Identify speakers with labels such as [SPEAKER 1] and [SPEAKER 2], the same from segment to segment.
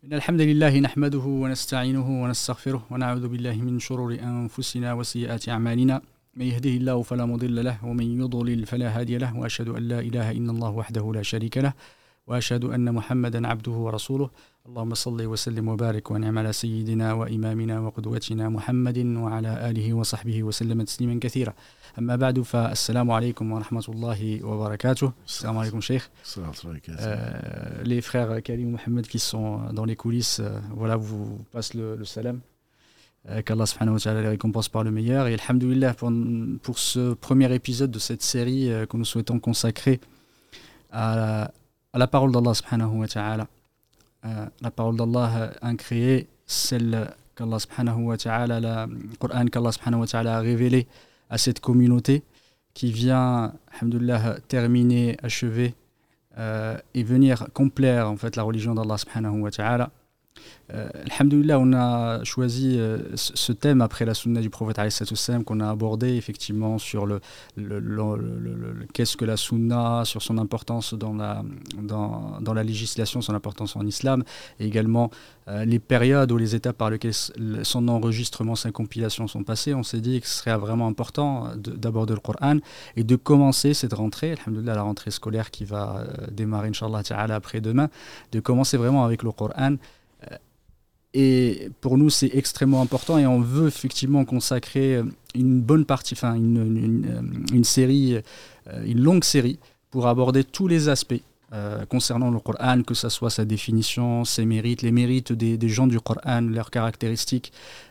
[SPEAKER 1] إن الحمد لله نحمده ونستعينه ونستغفره ونعوذ بالله من شرور أنفسنا وسيئات أعمالنا من يهده الله فلا مضل له ومن يضلل فلا هادي له وأشهد أن لا إله إلا الله وحده لا شريك له وأشهد أن محمدا عبده ورسوله اللهم صل وسلم وبارك ونعم على سيدنا وإمامنا وقدوتنا محمد وعلى آله وصحبه وسلم تسليما كثيرا أما بعد فالسلام عليكم ورحمة الله وبركاته. Salam alaikum Cheikh. Les frères Karim et Mohamed qui sont dans les coulisses, voilà, vous passent le salam. Qu'Allah subhanahu wa ta'ala les récompense par le meilleur. Et alhamdoulilah pour ce premier épisode de cette série que nous souhaitons consacrer à la parole d'Allah subhanahu wa ta'ala. La parole d'Allah incréée, celle qu'Allah subhanahu wa ta'ala, le Coran qu'Allah subhanahu wa ta'ala a révélé à cette communauté qui vient, alhamdoulilah, terminer, achever et venir complaire en fait la religion d'Allah subhanahu wa ta'ala. Alhamdoulilah, on a choisi ce thème après la sunna du prophète alayhi salatu wassalam qu'on a abordé effectivement sur le qu'est-ce que la sunna, sur son importance dans la législation, son importance en islam, et également les périodes ou les étapes par lesquelles son enregistrement, sa compilation sont passées. On s'est dit que ce serait vraiment important d'aborder le Coran et de commencer cette rentrée, alhamdoulilah, la rentrée scolaire qui va démarrer inchallah ta'ala après-demain, de commencer vraiment avec le Coran. Et pour nous, c'est extrêmement important et on veut effectivement consacrer une bonne partie, enfin une série, une longue série pour aborder tous les aspects concernant le Coran, que ce soit sa définition, ses mérites, les mérites des gens du Coran, leurs caractéristiques,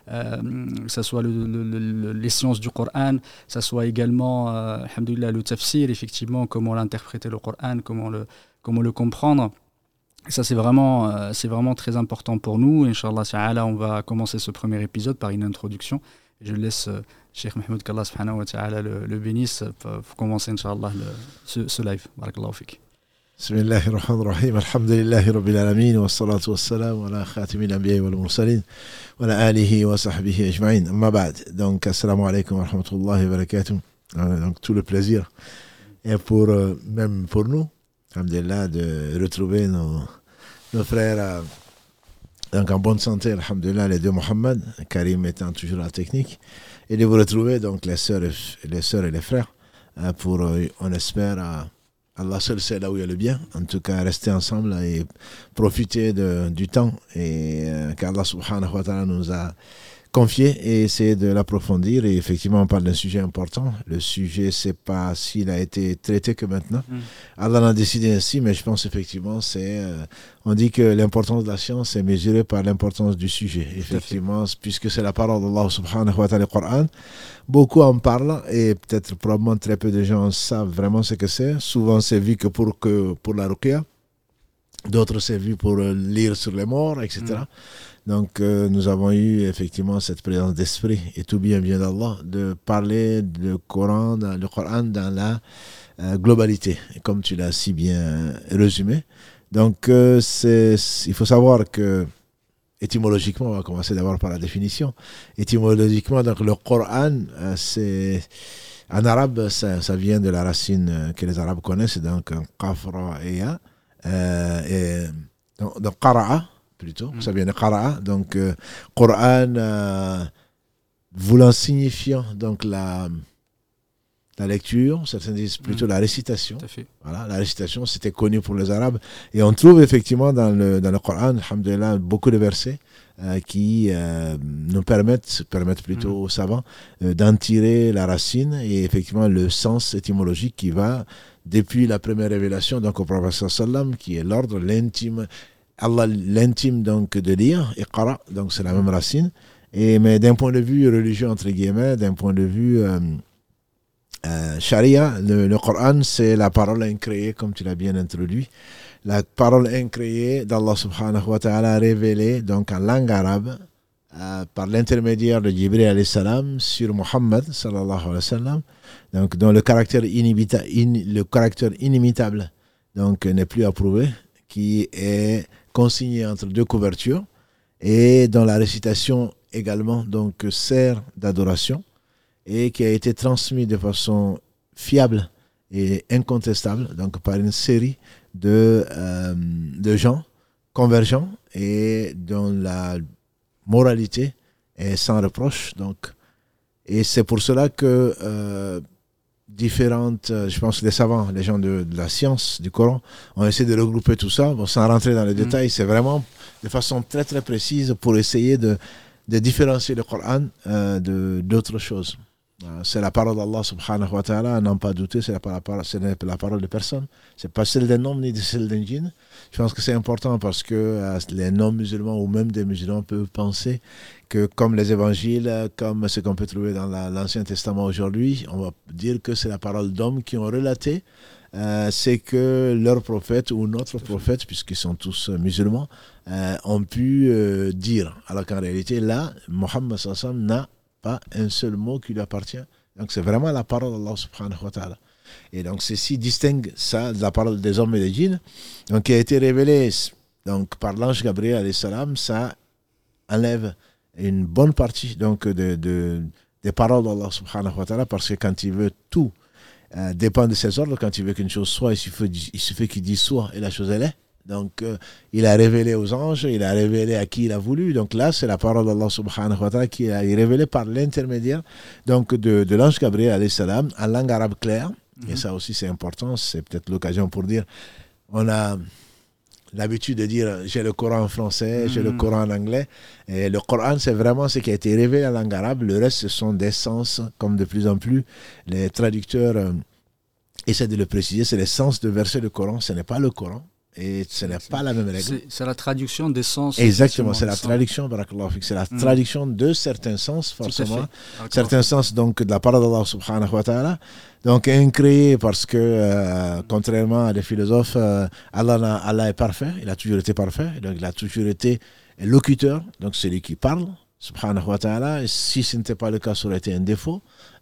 [SPEAKER 1] que ce soit les sciences du Coran, que ce soit également, alhamdoulilah, le tafsir, effectivement, comment l'interpréter le Coran, comment le comprendre. Ça, c'est vraiment très important pour nous. Inch'Allah ta'ala, on va commencer ce premier épisode par une introduction. Je laisse Cheikh Mahmoud, qu'Allah subhanahu wa ta'ala le bénisse, pour commencer, Inch'Allah, ce live. Barakallahu fik.
[SPEAKER 2] Bismillahirrahmanirrahim. Alhamdulillahi rabbil alamin. Wa salatu wa salam ala khatimil anbiya wal mursalin. Wa ala alihi wa sahbihi ajma'in. Amma ba'd. Donc, assalamu alaikum wa rahmatullahi wa barakatuh. Donc, tout le plaisir. Et même pour nous, alhamdulillah, de retrouver nos frères donc en bonne santé, alhamdulillah, les deux Mohammed, Karim étant toujours à la technique, et de vous retrouver, donc les sœurs et les frères, pour, on espère, Allah seul sait là où il y a le bien, en tout cas rester ensemble et profiter du temps et qu'Allah subhanahu wa ta'ala nous a confié et essayer de l'approfondir. Et effectivement, on parle d'un sujet important. Le sujet, c'est pas s'il a été traité que maintenant. Allah en a décidé ainsi, mais je pense effectivement, on dit que l'importance de la science est mesurée par l'importance du sujet. Effectivement, puisque c'est la parole d'Allah subhanahu wa ta'ala, le Coran. Beaucoup en parlent et peut-être probablement très peu de gens savent vraiment ce que c'est. Souvent, c'est vu que pour la ruqya. D'autres, c'est vu pour lire sur les morts, etc. Donc, nous avons eu effectivement cette présence d'esprit, et tout bien d'Allah, de parler du Coran dans la globalité, comme tu l'as si bien résumé. Donc, il faut savoir que, étymologiquement, on va commencer d'abord par la définition. Étymologiquement, donc, le Coran, en arabe, ça vient de la racine que les Arabes connaissent, donc qafra et ya, donc qara'a, plutôt, ça vient de qara'a, donc Coran voulant signifiant donc la lecture, certains disent plutôt la récitation. Voilà, la récitation, c'était connu pour les Arabes, et on trouve effectivement dans le Coran, alhamdulillah, beaucoup de versets qui nous permettent plutôt aux savants d'en tirer la racine et effectivement le sens étymologique qui va depuis la première révélation donc au prophète sallam, qui est l'ordre, l'intime, Allah l'intime donc de lire, iqra, donc c'est la même racine, mais d'un point de vue religieux entre guillemets, d'un point de vue charia, le Coran c'est la parole incréée, comme tu l'as bien introduit, la parole incréée d'Allah subhanahu wa ta'ala révélée donc en langue arabe par l'intermédiaire de Jibril alayhi salam sur Muhammad sallallahu alayhi wa sallam, donc dont le caractère inimitable donc n'est plus approuvé, qui est consigné entre deux couvertures et dont la récitation également donc sert d'adoration et qui a été transmis de façon fiable et incontestable donc par une série de gens convergents et dont la moralité est sans reproche. Donc, et c'est pour cela que je pense les savants, les gens de la science du Coran, ont essayé de regrouper tout ça, sans rentrer dans les détails. C'est vraiment de façon très très précise pour essayer de différencier le Coran d'autres choses. C'est la parole d'Allah subhanahu wa ta'ala, à n'en pas douter, ce n'est pas la parole de personne. Ce n'est pas celle d'un homme ni celle d'un djinn. Je pense que c'est important parce que les non-musulmans ou même des musulmans peuvent penser que comme les évangiles, comme ce qu'on peut trouver dans l'Ancien Testament aujourd'hui, on va dire que c'est la parole d'hommes qui ont relaté c'est que leur prophète ou notre prophète, puisqu'ils sont tous musulmans, ont pu dire. Alors qu'en réalité, là, Mohammed sallallahu alayhi wa sallam n'a pas un seul mot qui lui appartient. Donc c'est vraiment la parole d'Allah subhanahu wa ta'ala. Et donc ceci distingue ça de la parole des hommes et des djinns, donc qui a été révélée donc, par l'ange Gabriel alayhi salam. Ça enlève une bonne partie donc, des paroles d'Allah subhanahu wa ta'ala, parce que quand il veut tout dépend de ses ordres. Quand il veut qu'une chose soit, il suffit qu'il dise soit et la chose elle est. Donc, il a révélé aux anges, il a révélé à qui il a voulu. Donc là, c'est la parole d'Allah subhanahu wa ta'ala qui est révélée par l'intermédiaire donc de l'ange Gabriel alayhi salam en langue arabe claire. Et ça aussi, c'est important. C'est peut-être l'occasion pour dire, on a l'habitude de dire j'ai le Coran en français, j'ai le Coran en anglais. Et le Coran, c'est vraiment ce qui a été révélé en langue arabe. Le reste, ce sont des sens, comme de plus en plus les traducteurs essaient de le préciser. C'est les sens de versets du Coran, ce n'est pas le Coran. Et ce n'est pas la même règle.
[SPEAKER 1] C'est la traduction des sens.
[SPEAKER 2] Exactement, c'est la traduction, c'est la traduction de certains sens, forcément. Certains sens donc, de la parole d'Allah subhanahu wa ta'ala. Donc, incréé parce que, contrairement à des philosophes, Allah est parfait, il a toujours été parfait, donc il a toujours été locuteur, donc celui qui parle, subhanahu wa ta'ala. Et si ce n'était pas le cas, ça aurait été un défaut.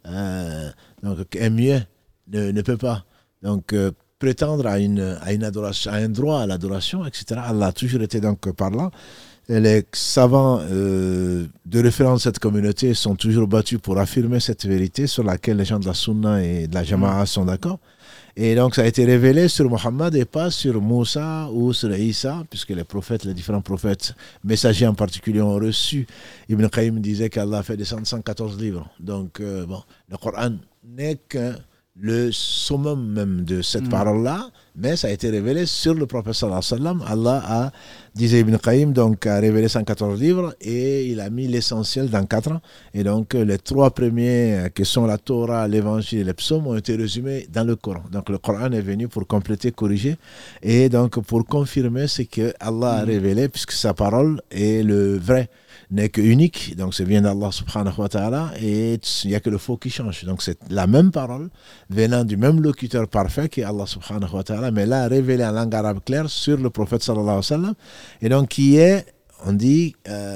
[SPEAKER 2] Donc, un mieux ne peut pas. Donc, prétendre à une adoration, à un droit à l'adoration, etc. Allah a toujours été donc parlant. Et les savants de référence de cette communauté sont toujours battus pour affirmer cette vérité sur laquelle les gens de la Sunna et de la Jama'a sont d'accord. Et donc ça a été révélé sur Mohammed et pas sur Moussa ou sur Isa, puisque les prophètes, les différents prophètes, messagers en particulier, ont reçu. Ibn Qayyim disait qu'Allah a fait descendre 114 livres. Donc le Coran n'est que le summum même de cette parole-là, mais ça a été révélé sur le prophète sallallahu alayhi wa sallam. Allah a, disait Ibn Qayyim, donc a révélé 114 livres et il a mis l'essentiel dans 4. Et donc les 3 premiers qui sont la Torah, l'évangile et les psaumes ont été résumés dans le Coran. Donc le Coran est venu pour compléter, corriger et donc pour confirmer ce que Allah a révélé, puisque sa parole est le vrai, n'est que unique, donc ça vient d'Allah subhanahu wa ta'ala, et il n'y a que le faux qui change. Donc c'est la même parole venant du même locuteur parfait qui est Allah subhanahu wa ta'ala, mais là révélé en langue arabe claire sur le prophète sallallahu alayhi wa sallam, et donc qui est, on dit,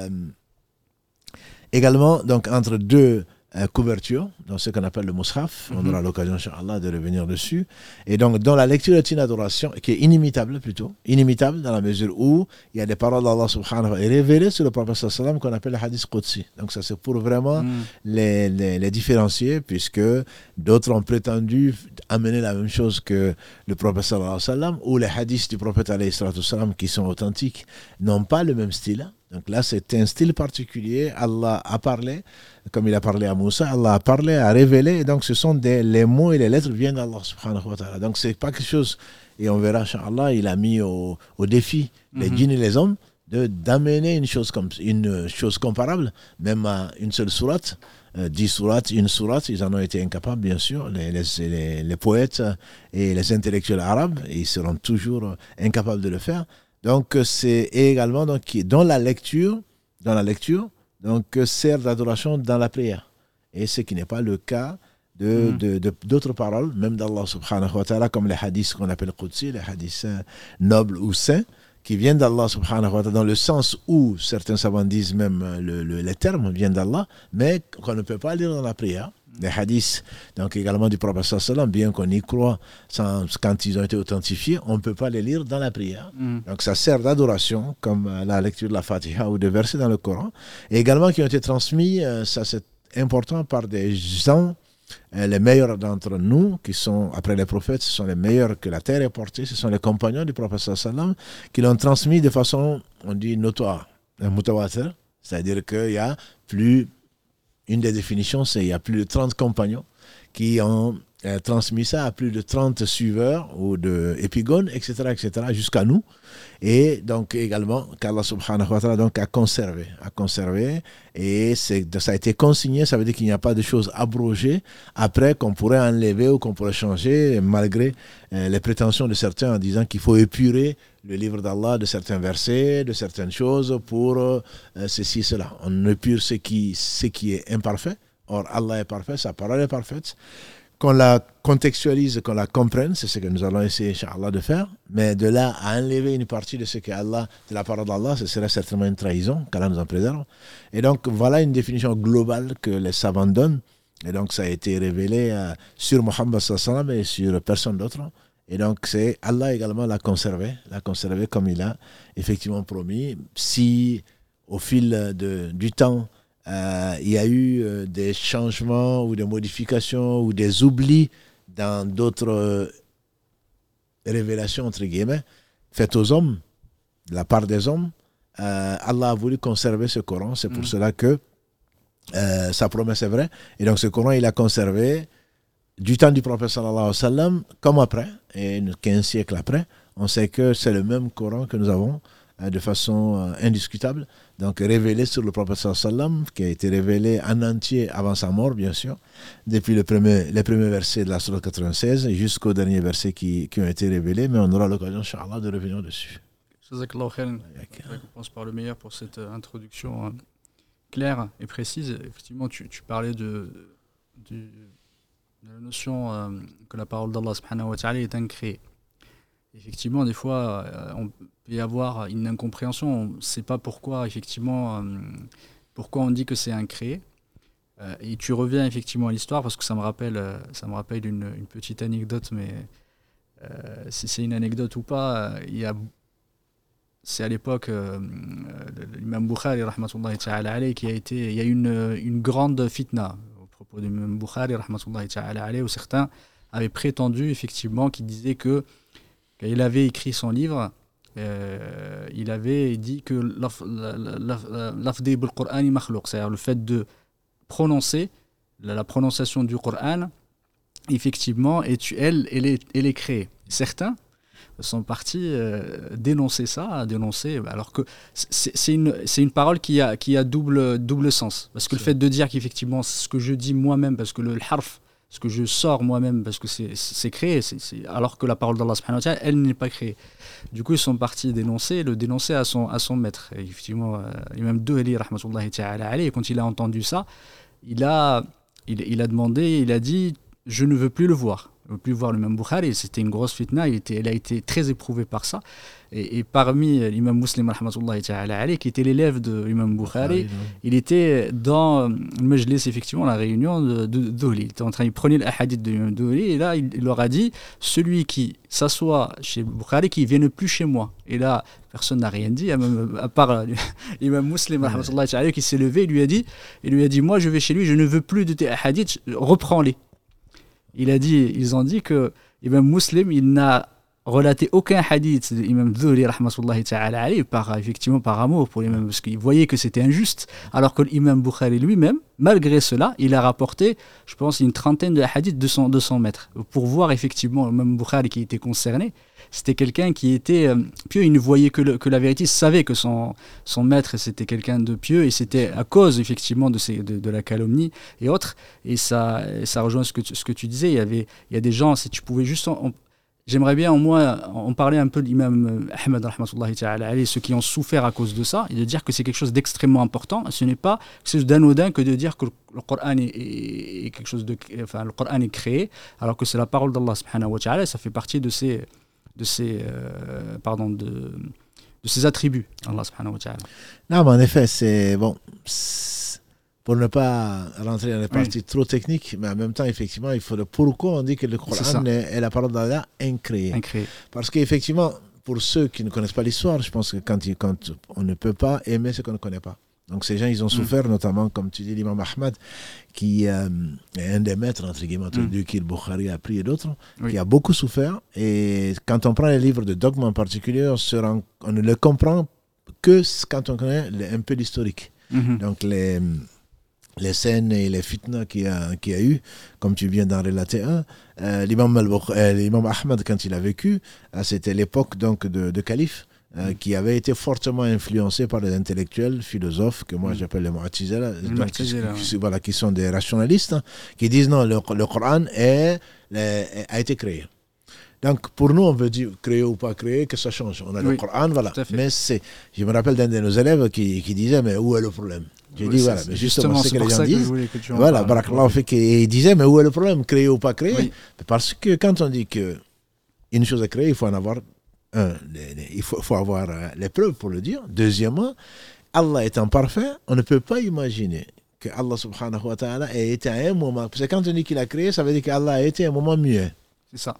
[SPEAKER 2] également donc entre 2 couverture, dans ce qu'on appelle le mushaf. On aura l'occasion, Inch'Allah, de revenir dessus. Et donc, dans la lecture est une adoration qui est inimitable plutôt, inimitable dans la mesure où il y a des paroles d'Allah subhanahu wa ta'ala révélées sur le prophète sallallahu alayhi wa sallam qu'on appelle le hadith qudsi. Donc ça c'est pour vraiment les différencier, puisque d'autres ont prétendu amener la même chose que le prophète sallallahu alayhi wa sallam, ou les hadiths du prophète alayhi wa sallam qui sont authentiques n'ont pas le même style. Donc là, c'est un style particulier. Allah a parlé, comme il a parlé à Moussa, Allah a parlé, a révélé. Et donc, ce sont les mots et les lettres viennent d'Allah subhanahu wa ta'ala. Donc, c'est pas quelque chose, et on verra, Inch'Allah, il a mis au défi les djinns et les hommes d'amener une chose comparable, même à une seule sourate. 10 sourates, une sourate, ils en ont été incapables, bien sûr, les poètes et les intellectuels arabes, et ils seront toujours incapables de le faire. Donc, c'est également dans la lecture, donc sert d'adoration dans la prière. Et ce qui n'est pas le cas d'autres paroles, même d'Allah subhanahu wa ta'ala, comme les hadiths qu'on appelle Qudsi, les hadiths nobles ou saints, qui viennent d'Allah subhanahu wa ta'ala, dans le sens où certains savants disent même les termes viennent d'Allah, mais qu'on ne peut pas lire dans la prière. Les hadiths, donc également du prophète sallallahu alayhi wa sallam, bien qu'on y croit quand ils ont été authentifiés, on ne peut pas les lire dans la prière. Donc ça sert d'adoration, comme la lecture de la Fatiha ou de versets dans le Coran, et également qui ont été transmis, ça c'est important, par des gens, les meilleurs d'entre nous, qui sont, après les prophètes, ce sont les meilleurs que la terre ait portés, ce sont les compagnons du prophète sallallahu alayhi wa sallam, qui l'ont transmis de façon on dit notoire, un mutawatir, c'est-à-dire qu'il y a plus, une des définitions, c'est qu'il y a plus de 30 compagnons qui ont transmis ça à plus de 30 suiveurs ou d'épigones, etc., jusqu'à nous. Et donc également, qu'Allah subhanahu wa ta'ala donc, a conservé. Et ça a été consigné, ça veut dire qu'il n'y a pas de choses abrogées après qu'on pourrait enlever ou qu'on pourrait changer, malgré les prétentions de certains en disant qu'il faut épurer le livre d'Allah de certains versets, de certaines choses pour ceci, cela. On épure ce qui est imparfait. Or, Allah est parfait, sa parole est parfaite. Qu'on la contextualise, qu'on la comprenne, c'est ce que nous allons essayer, Inch'Allah, de faire. Mais de là à enlever une partie de ce qu'est Allah, de la parole d'Allah, ce serait certainement une trahison, qu'Allah nous en préserve. Et donc, voilà une définition globale que les savants donnent. Et donc, ça a été révélé sur Muhammad sallallahu alayhi wa sallam et sur personne d'autre. Et donc, c'est Allah également l'a conservé comme il a effectivement promis. Si, au fil du temps, il y a eu des changements ou des modifications ou des oublis dans d'autres révélations, entre guillemets, faites aux hommes, de la part des hommes. Allah a voulu conserver ce Coran. C'est pour cela que sa promesse est vraie. Et donc ce Coran, il a conservé du temps du prophète sallallahu alayhi wa sallam comme après, et 15 siècles après. On sait que c'est le même Coran que nous avons de façon indiscutable, donc révélé sur le prophète sallallahu alayhi wa sallam, qui a été révélé en entier avant sa mort, bien sûr, depuis les premiers versets de la sourate 96 jusqu'aux derniers versets qui ont été révélés, mais on aura l'occasion, Inch'Allah, de revenir dessus.
[SPEAKER 1] Jazakallahu khairan. Je pense par le meilleur pour cette introduction claire et précise. Effectivement, tu parlais de la notion que la parole d'Allah subhanahu wa ta'ala est incréée. Effectivement, des fois, on peut y avoir une incompréhension. On ne sait pas pourquoi, effectivement, pourquoi on dit que c'est incréé. Et tu reviens effectivement à l'histoire parce que ça me rappelle une petite anecdote, mais si c'est une anecdote ou pas, c'est à l'époque l'imam Bukhari, rahmatullahi ta'ala alayhi, il y a eu une grande fitna au propos de l'imam Bukhari, rahmatullahi ta'ala alayhi, où certains avaient prétendu, effectivement, qu'il disait que quand il avait écrit son livre, il avait dit que l'afdi bil Qur'ani makhlouq, c'est-à-dire le fait de prononcer, la prononciation du Coran, effectivement, elle est créée. Certains sont partis dénoncer ça, alors que c'est une parole qui a double sens. Parce que le fait de dire qu'effectivement, ce que je dis moi-même, parce que le harf, ce que je sors moi-même, parce que c'est créé, alors que la parole d'Allah subhanahu wa ta'ala, elle n'est pas créée. Du coup, ils sont partis dénoncer à son maître. Et effectivement, l'imam Duhli, rahmatullahi ta'ala alayhi, quand il a entendu ça, il a demandé, il a dit, je ne veux plus le voir. Je ne veux plus voir l'imam Bukhari. C'était une grosse fitna, il a été très éprouvé par ça. Et parmi l'imam Muslim, rahmatullahi ta'ala alayhi, qui était l'élève de l'imam Bukhari, il était dans le majlis, effectivement, la réunion de Duhli. Il prenait l'ahadith de l'imam Duhli, et là, il leur a dit, celui qui s'assoit chez Bukhari, qui ne vienne plus chez moi. Et là, personne n'a rien dit, à part l'imam Muslim, rahmatullahi ta'ala alayhi, qui s'est levé, il lui a dit, moi, je vais chez lui, je ne veux plus de tes ahadiths, reprends-les. Ils ont dit que l'imam Muslim, il n'a relaté aucun hadith de l'imam Dhuhli, rahmatullahi ta'ala alayhi, effectivement par amour pour l'imam, parce qu'il voyait que c'était injuste, alors que l'imam Bukhari lui-même, malgré cela, il a rapporté, je pense, une trentaine de hadiths de son maître. Pour voir effectivement l'imam Bukhari qui était concerné, c'était quelqu'un qui était pieux, il ne voyait que la vérité, il savait que son maître c'était quelqu'un de pieux, et c'était à cause effectivement de la calomnie et autres. Et ça rejoint ce que tu disais, il y a des gens, si tu pouvais juste... J'aimerais bien au moins en parler un peu de l'imam Ahmed, rahmatullahi ta'ala alayhi, ceux qui ont souffert à cause de ça, et de dire que c'est quelque chose d'extrêmement important. Ce n'est pas quelque chose d'anodin que de dire que le Coran est quelque chose le Coran est créé, alors que c'est la parole d'Allah subhanahu wa ta'ala, ça fait partie de ses attributs, Allah subhanahu wa ta'ala.
[SPEAKER 2] Non, mais en effet, c'est bon. Pour ne pas rentrer dans les parties trop techniques, mais en même temps, effectivement, il faut pourquoi on dit que le Coran est la parole d'Allah incréée. Parce qu'effectivement, pour ceux qui ne connaissent pas l'histoire, je pense que quand on ne peut pas aimer ce qu'on ne connaît pas. Donc ces gens, ils ont souffert, notamment, comme tu dis, l'imam Ahmad, qui est un des maîtres, entre guillemets, de qui le Bukhari a appris et d'autres, qui a beaucoup souffert. Et quand on prend les livres de dogme en particulier, on ne le comprend que quand on connaît un peu l'historique. Donc les scènes et les fitnas qu'il y a eu, comme tu viens d'en relater un, l'imam Ahmad, quand il a vécu, c'était l'époque donc de calife, qui avait été fortement influencé par les intellectuels, philosophes, que moi j'appelle les Mu'tazila, voilà, qui sont des rationalistes, qui disent non, le Coran a été créé. Donc, pour nous, on veut dire créer ou pas créer, que ça change. On a le Coran, voilà. Mais je me rappelle d'un de nos élèves qui disait, mais où est le problème? J'ai dit, voilà, mais justement, c'est que les gens disent. Voilà, Barakallahu fik, et il disait, mais où est le problème? Créer ou pas créer? Parce que quand on dit qu'une chose est créée, il faut en avoir il faut avoir les preuves pour le dire. Deuxièmement, Allah étant parfait, on ne peut pas imaginer que Allah subhanahu wa ta'ala ait été à un moment. Parce que quand on dit qu'il a créé, ça veut dire qu'Allah a été à un moment muet.
[SPEAKER 1] C'est ça.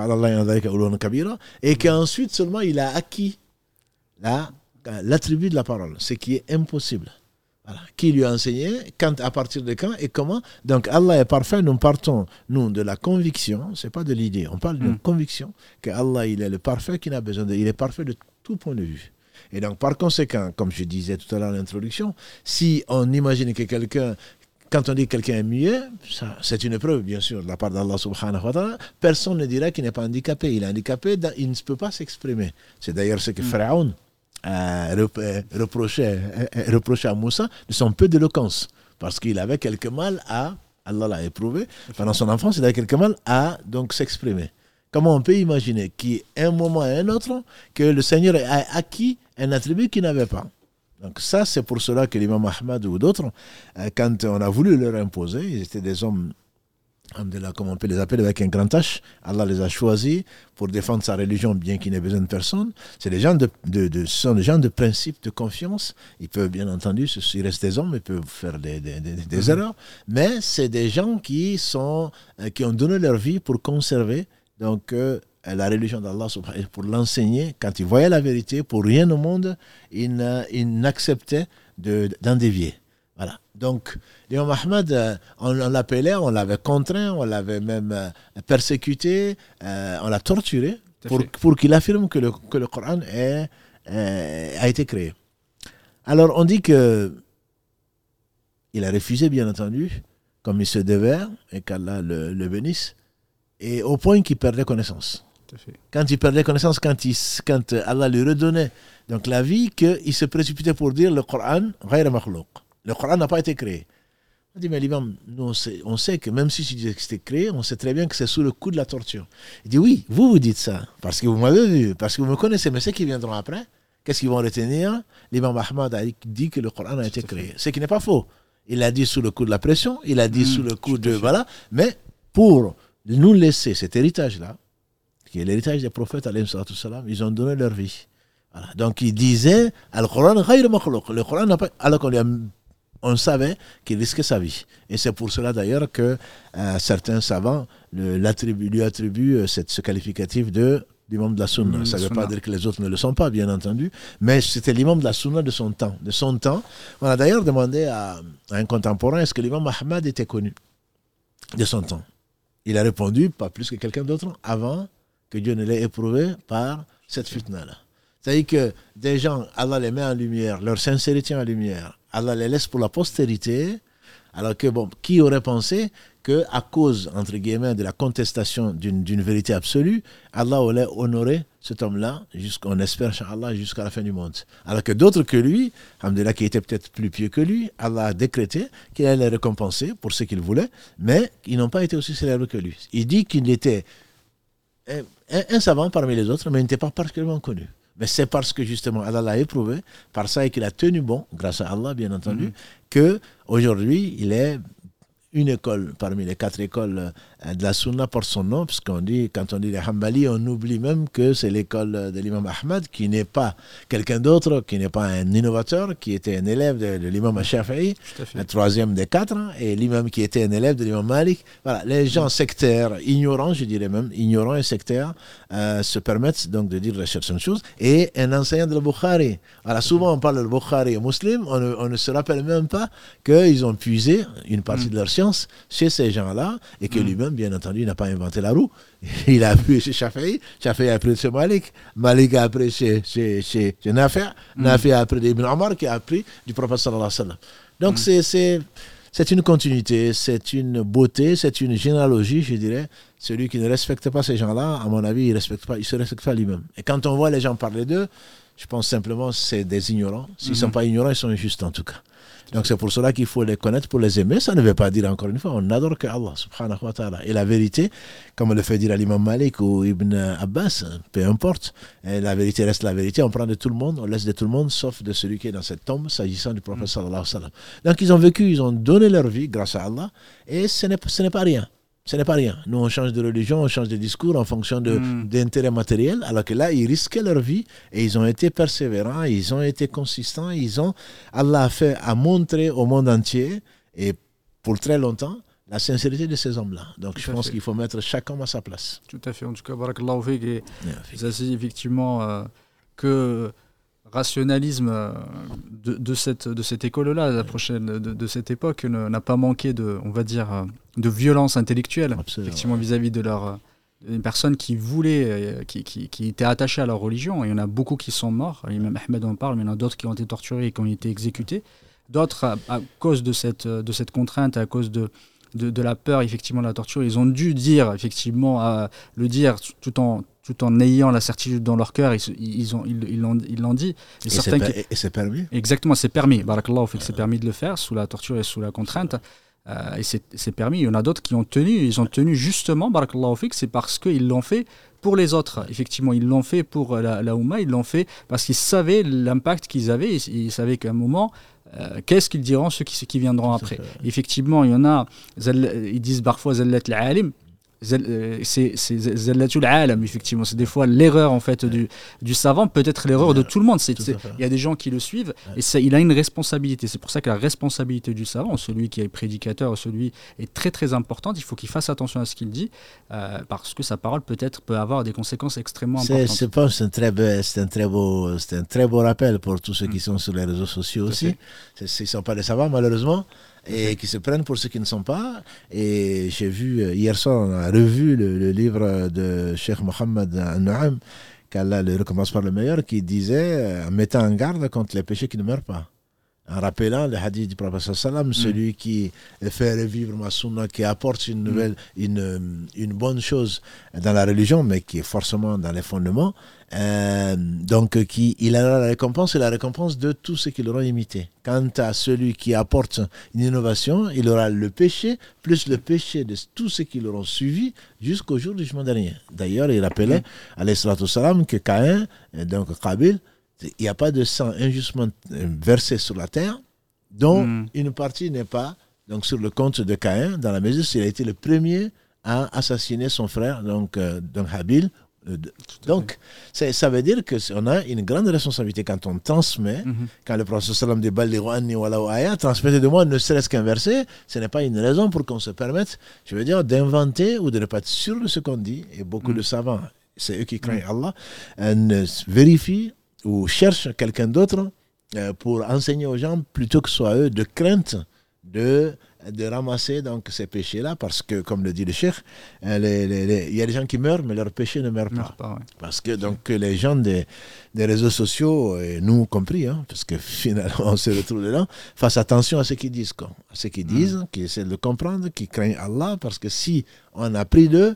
[SPEAKER 2] Et qu'ensuite seulement il a acquis l'attribut de la parole, ce qui est impossible. Voilà. Qui lui a enseigné, quand, à partir de quand et comment. Donc Allah est parfait, nous partons, nous, de la conviction, c'est pas de l'idée, on parle de conviction, que Allah il est le parfait, qu'il n'a besoin il est parfait de tout point de vue. Et donc par conséquent, comme je disais tout à l'heure en introduction, si on imagine que quelqu'un, quand on dit que quelqu'un est muet, c'est une preuve, bien sûr, de la part d'Allah subhanahu wa ta'ala. Personne ne dira qu'il n'est pas handicapé. Il est handicapé, il ne peut pas s'exprimer. C'est d'ailleurs ce que Pharaon reprochait à Moussa de son peu d'éloquence. Parce qu'il avait quelque mal à, Allah l'a éprouvé, pendant son enfance, il avait quelque mal à donc s'exprimer. Comment on peut imaginer qu'à un moment et un autre, que le Seigneur a acquis un attribut qu'il n'avait pas? Donc ça, c'est pour cela que l'imam Ahmad ou d'autres, quand on a voulu leur imposer, ils étaient des hommes, comme on peut les appeler, avec un grand H. Allah les a choisis pour défendre sa religion, bien qu'ils n'aient besoin de personne. C'est des gens sont des gens de principe, de confiance. Ils peuvent, bien entendu, ils restent des hommes, ils peuvent faire des erreurs, mais c'est des gens qui ont donné leur vie pour conserver donc la religion d'Allah, pour l'enseigner. Quand ils voyaient la vérité, pour rien au monde, ils n'acceptaient d'en dévier. Voilà. Donc, l'imam Ahmad, on l'appelait, on l'avait contraint, on l'avait même persécuté, on l'a torturé pour qu'il affirme que le Coran a été créé. Alors, on dit que il a refusé, bien entendu, comme il se devait, et qu'Allah le bénisse, et au point qu'il perdait connaissance. Quand il perdait connaissance, quand Allah lui redonnait donc la vie, qu'il se précipitait pour dire le Coran, ghayr makhlouq. Le Coran n'a pas été créé. On dit, mais l'imam, nous, on sait que même si tu disais que c'était créé, on sait très bien que c'est sous le coup de la torture. Il dit, oui, vous dites ça, parce que vous m'avez vu, parce que vous me connaissez, mais ceux qui viendront après, qu'est-ce qu'ils vont retenir? L'imam Ahmad a dit que le Coran a été créé. Ce qui n'est pas faux. Il l'a dit sous le coup de la pression, il a dit sous le coup de... Voilà, mais pour nous laisser cet héritage-là, qui est l'héritage des prophètes, ils ont donné leur vie. Voilà. Donc ils disaient, le Coran n'a pas... Alors on savait qu'il risquait sa vie. Et c'est pour cela d'ailleurs que certains savants lui attribuent ce qualificatif d'imam de la Sunna. Ça ne veut pas dire que les autres ne le sont pas, bien entendu, mais c'était l'imam de la Sunna de son temps. On a d'ailleurs demandé à un contemporain, est-ce que l'imam Ahmad était connu de son temps? Il a répondu, pas plus que quelqu'un d'autre, avant que Dieu ne l'ait éprouvé par cette fitna-là. C'est-à-dire que des gens, Allah les met en lumière, leur sincérité en lumière, Allah les laisse pour la postérité, alors que, qui aurait pensé qu'à cause, entre guillemets, de la contestation d'une vérité absolue, Allah allait honorer cet homme-là, on espère, Inch'Allah, jusqu'à la fin du monde. Alors que d'autres que lui, alhamdoulilah, qui étaient peut-être plus pieux que lui, Allah a décrété qu'il allait les récompenser pour ce qu'il voulait, mais ils n'ont pas été aussi célèbres que lui. Il dit qu'il était un savant parmi les autres, mais il n'était pas particulièrement connu. Mais c'est parce que justement Allah l'a éprouvé, par ça et qu'il a tenu bon, grâce à Allah bien entendu, qu'aujourd'hui il est une école parmi les 4 écoles de la Sunna porte son nom, parce qu'on dit, quand on dit les Hanbali, on oublie même que c'est l'école de l'imam Ahmad, qui n'est pas quelqu'un d'autre, qui n'est pas un innovateur, qui était un élève de l'imam Shafi'i, le 3e des 4, et l'imam qui était un élève de l'imam Malik. Voilà, les gens sectaires, ignorants, je dirais même, ignorants et sectaires, se permettent donc de dire certaines choses, et un enseignant de Bukhari. Voilà, souvent on parle de Bukhari et Muslim, on ne se rappelle même pas qu'ils ont puisé une partie de leur science chez ces gens-là, et que lui-même bien entendu, il n'a pas inventé la roue. Il a appris chez Shafi'i, Shafi'i a appris chez Malik, Malik a appris chez Nafi', Nafi' a appris d'Ibn Omar qui a appris du prophète sallallahu alayhi wa sallam. Donc c'est une continuité, c'est une beauté, c'est une généalogie, je dirais. Celui qui ne respecte pas ces gens-là, à mon avis, il ne se respecte pas lui-même. Et quand on voit les gens parler d'eux, je pense simplement que c'est des ignorants. S'ils ne sont pas ignorants, ils sont injustes en tout cas. Donc c'est pour cela qu'il faut les connaître pour les aimer. Ça ne veut pas dire, encore une fois, on n'adore que Allah subhanahu wa ta'ala. Et la vérité, comme le fait dire l'imam Malik ou Ibn Abbas, peu importe, la vérité reste la vérité. On prend de tout le monde, on laisse de tout le monde, sauf de celui qui est dans cette tombe, s'agissant du prophète sallallahu alayhi wa sallam. Donc ils ont vécu, ils ont donné leur vie grâce à Allah, et ce n'est pas rien. Ce n'est pas rien. Nous, on change de religion, on change de discours en fonction d'intérêts matériels, alors que là, ils risquaient leur vie et ils ont été persévérants, ils ont été consistants, Allah a montré au monde entier et pour très longtemps la sincérité de ces hommes-là. Donc, je pense qu'il faut mettre chaque homme à sa place.
[SPEAKER 1] Tout à fait. En tout cas, barakallahu fik. Et ça, c'est effectivement que rationalisme de cette école-là, la prochaine de cette époque, n'a pas manqué de, on va dire, de violence intellectuelle.
[SPEAKER 2] Absolument.
[SPEAKER 1] Effectivement, vis-à-vis de des personnes qui voulaient, qui étaient attachées à leur religion. Et il y en a beaucoup qui sont morts. Même Ahmed en parle, mais il y en a d'autres qui ont été torturés et qui ont été exécutés. D'autres, à cause de cette contrainte, à cause de la peur, effectivement, de la torture, ils ont dû dire, effectivement, le dire tout en ayant la certitude dans leur cœur, ils l'ont dit.
[SPEAKER 2] Et c'est permis.
[SPEAKER 1] Exactement, c'est permis. Barakallahu fik, c'est permis de le faire sous la torture et sous la contrainte. Et c'est permis. Il y en a d'autres qui ont tenu. Ils ont tenu justement, barakallahu fik, c'est parce qu'ils l'ont fait pour les autres. Effectivement, ils l'ont fait pour la Oumma, ils l'ont fait parce qu'ils savaient l'impact qu'ils avaient. Ils savaient qu'à un moment, qu'est-ce qu'ils diront ceux qui viendront après. Effectivement, il y en a, ils disent parfois Zallat al-alim. C'est Zallatul Alam, effectivement. C'est des fois l'erreur en fait du savant, peut-être l'erreur de tout le monde. Il y a des gens qui le suivent et il a une responsabilité. C'est pour ça que la responsabilité du savant, celui qui est prédicateur, celui est très très importante. Il faut qu'il fasse attention à ce qu'il dit parce que sa parole peut avoir des conséquences extrêmement importantes.
[SPEAKER 2] C'est un très beau rappel pour tous ceux qui sont sur les réseaux sociaux aussi. Ils ne sont pas des savants malheureusement. Et qui se prennent pour ceux qui ne sont pas. Et j'ai vu, hier soir, on a revu le livre de Cheikh Mohammed Al-Nu'am, qu'Allah le récompense par le meilleur, qui disait, en mettant en garde contre les péchés qui ne meurent pas. En rappelant le hadith du prophète sallam, celui qui fait revivre ma sunna, qui apporte une bonne chose dans la religion, mais qui est forcément dans les fondements, donc il aura la récompense et la récompense de tous ceux qui l'auront imité. Quant à celui qui apporte une innovation, il aura le péché, plus le péché de tous ceux qui l'auront suivi jusqu'au jour du jugement dernier. D'ailleurs, il rappelait, alayhi salatu wassalam, que Caïn, donc Qabil, il n'y a pas de sang injustement versé sur la terre, dont une partie n'est pas donc, sur le compte de Caïn, dans la mesure où il a été le premier à assassiner son frère, donc Habil. Donc, ça veut dire qu'on a une grande responsabilité quand on transmet, quand le prophète sallam dit transmettez de moi ne serait-ce qu'un verset, ce n'est pas une raison pour qu'on se permette, je veux dire, d'inventer ou de ne pas être sûr de ce qu'on dit. Et beaucoup de savants, c'est eux qui craignent Allah, vérifient ou cherchent quelqu'un d'autre pour enseigner aux gens plutôt que ce soit eux, de crainte de ramasser donc ces péchés-là, parce que, comme le dit le cheikh, il y a des gens qui meurent, mais leurs péchés ne meurent pas. Parce que donc, les gens des réseaux sociaux, et nous compris, parce que finalement on se retrouve dedans, fassent attention à ce qu'ils disent. À ce qu'ils disent, qui essaient de comprendre, qui craignent Allah, parce que si on a pris d'eux,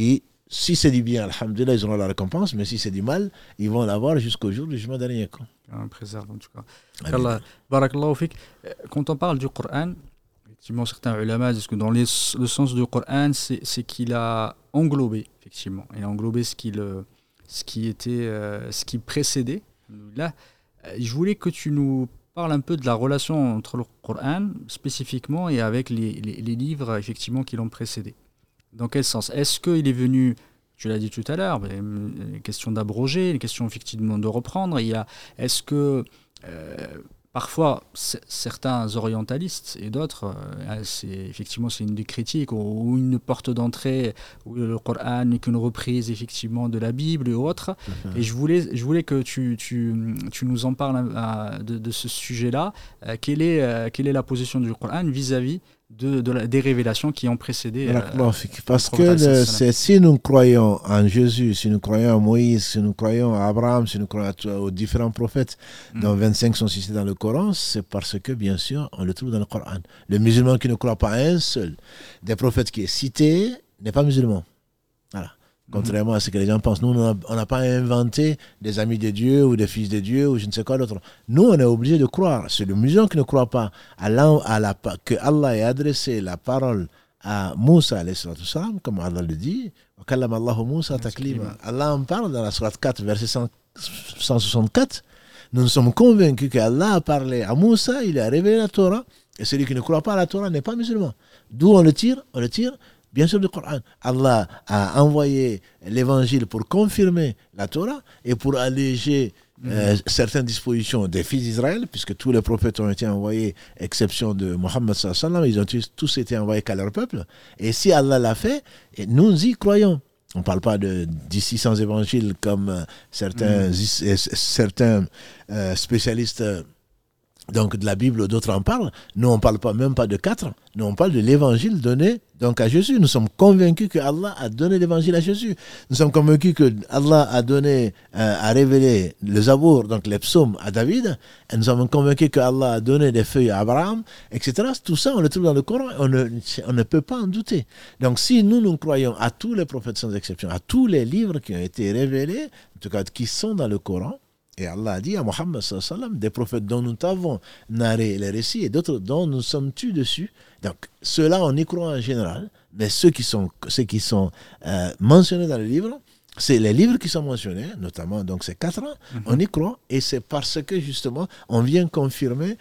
[SPEAKER 2] si c'est du bien, alhamdoulilah, ils auront la récompense, mais si c'est du mal, ils vont l'avoir jusqu'au jour du jugement dernier.
[SPEAKER 1] On préserve en tout cas. Barakallahu fik. Quand on parle du Coran, effectivement, certains ulama disent que dans le sens du Coran, c'est qu'il a englobé, effectivement. Il a englobé ce qui précédait. Là, je voulais que tu nous parles un peu de la relation entre le Coran, spécifiquement, et avec les livres, effectivement, qui l'ont précédé. Dans quel sens ? Est-ce qu'il est venu, tu l'as dit tout à l'heure, une question d'abroger, une question effectivement de reprendre. Est-ce que parfois certains orientalistes et d'autres, c'est une des critiques ou une porte d'entrée où le Coran n'est qu'une reprise effectivement de la Bible et autres. Et je voulais que tu nous en parles de ce sujet-là. Quelle est la position du Coran vis-à-vis des révélations qui ont précédé.
[SPEAKER 2] Parce que si nous croyons en Jésus, si nous croyons en Moïse, si nous croyons à Abraham, si nous croyons aux différents prophètes, dont 25 sont cités dans le Coran, c'est parce que, bien sûr, on le trouve dans le Coran. Le musulman qui ne croit pas à un seul des prophètes qui est cité n'est pas musulman. Voilà. Contrairement à ce que les gens pensent. Nous, on n'a pas inventé des amis de Dieu ou des fils de Dieu ou je ne sais quoi d'autre. Nous, on est obligé de croire. C'est le musulman qui ne croit pas que Allah ait adressé la parole à Moussa, comme Allah le dit. Allah en parle dans la sourate 4, verset 164. Nous sommes convaincus qu'Allah a parlé à Moussa, il a révélé la Torah. Et celui qui ne croit pas à la Torah n'est pas musulman. D'où on le tire bien sûr, du Coran. Allah a envoyé l'évangile pour confirmer la Torah et pour alléger certaines dispositions des fils d'Israël, puisque tous les prophètes ont été envoyés, exception de Mohammed sallallahu alayhi wa sallam, ils ont tous été envoyés qu'à leur peuple. Et si Allah l'a fait, nous y croyons. On ne parle pas de 600 évangiles comme certains spécialistes donc de la Bible, d'autres en parlent. Nous, on ne parle pas, même pas de 4. Nous, on parle de l'évangile donné donc à Jésus. Nous sommes convaincus que Allah a donné l'évangile à Jésus. Nous sommes convaincus que Allah a révélé le Zabour, donc les psaumes, à David. Et nous sommes convaincus que Allah a donné des feuilles à Abraham, etc. Tout ça, on le trouve dans le Coran. On ne peut pas en douter. Donc, si nous croyons à tous les prophètes sans exception, à tous les livres qui ont été révélés, en tout cas qui sont dans le Coran, et Allah a dit à Mohammed sallallahu alayhi wa sallam, des prophètes dont nous t'avons narré les récits et d'autres dont nous sommes tus dessus. Donc, ceux-là, on y croit en général, mais ceux qui sont mentionnés dans le livre, c'est les livres qui sont mentionnés, notamment donc ces 4 ans, on y croit, et c'est parce que justement, on vient confirmer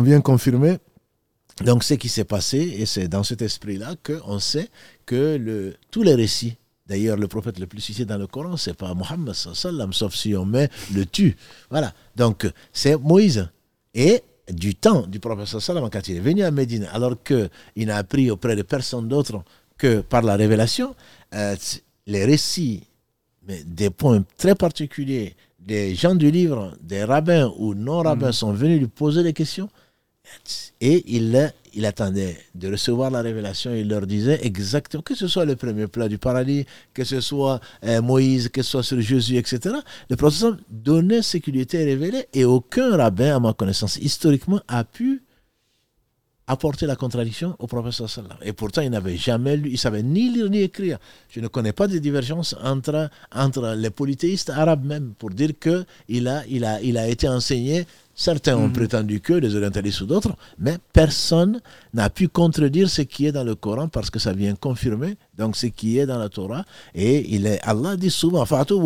[SPEAKER 2] donc ce qui s'est passé, et c'est dans cet esprit-là qu'on sait que tous les récits. D'ailleurs, le prophète le plus cité dans le Coran, c'est pas Mohammed sallallahu alayhi wa sallam, sauf si on met le tu. Voilà. Donc, c'est Moïse. Et du temps du prophète sallallahu alayhi wa sallam, quand il est venu à Médine, alors qu'il n'a appris auprès de personne d'autre que par la révélation, les récits, mais des points très particuliers, des gens du livre, des rabbins ou non-rabbins sont venus lui poser des questions. Et il attendait de recevoir la révélation. Il leur disait exactement, que ce soit le premier plat du paradis, que ce soit Moïse, que ce soit sur Jésus, etc. Le prophète donnait ce qui lui était révélé et aucun rabbin, à ma connaissance, historiquement, a pu apporter la contradiction au prophète sallallahu alayhi wa sallam. Et pourtant, il n'avait jamais lu, il savait ni lire ni écrire. Je ne connais pas de divergence entre les polythéistes arabes même, pour dire qu'il a été enseigné. Certains ont prétendu que, des orientalistes ou d'autres, mais personne n'a pu contredire ce qui est dans le Coran parce que ça vient confirmer donc ce qui est dans la Torah. Et Allah dit souvent,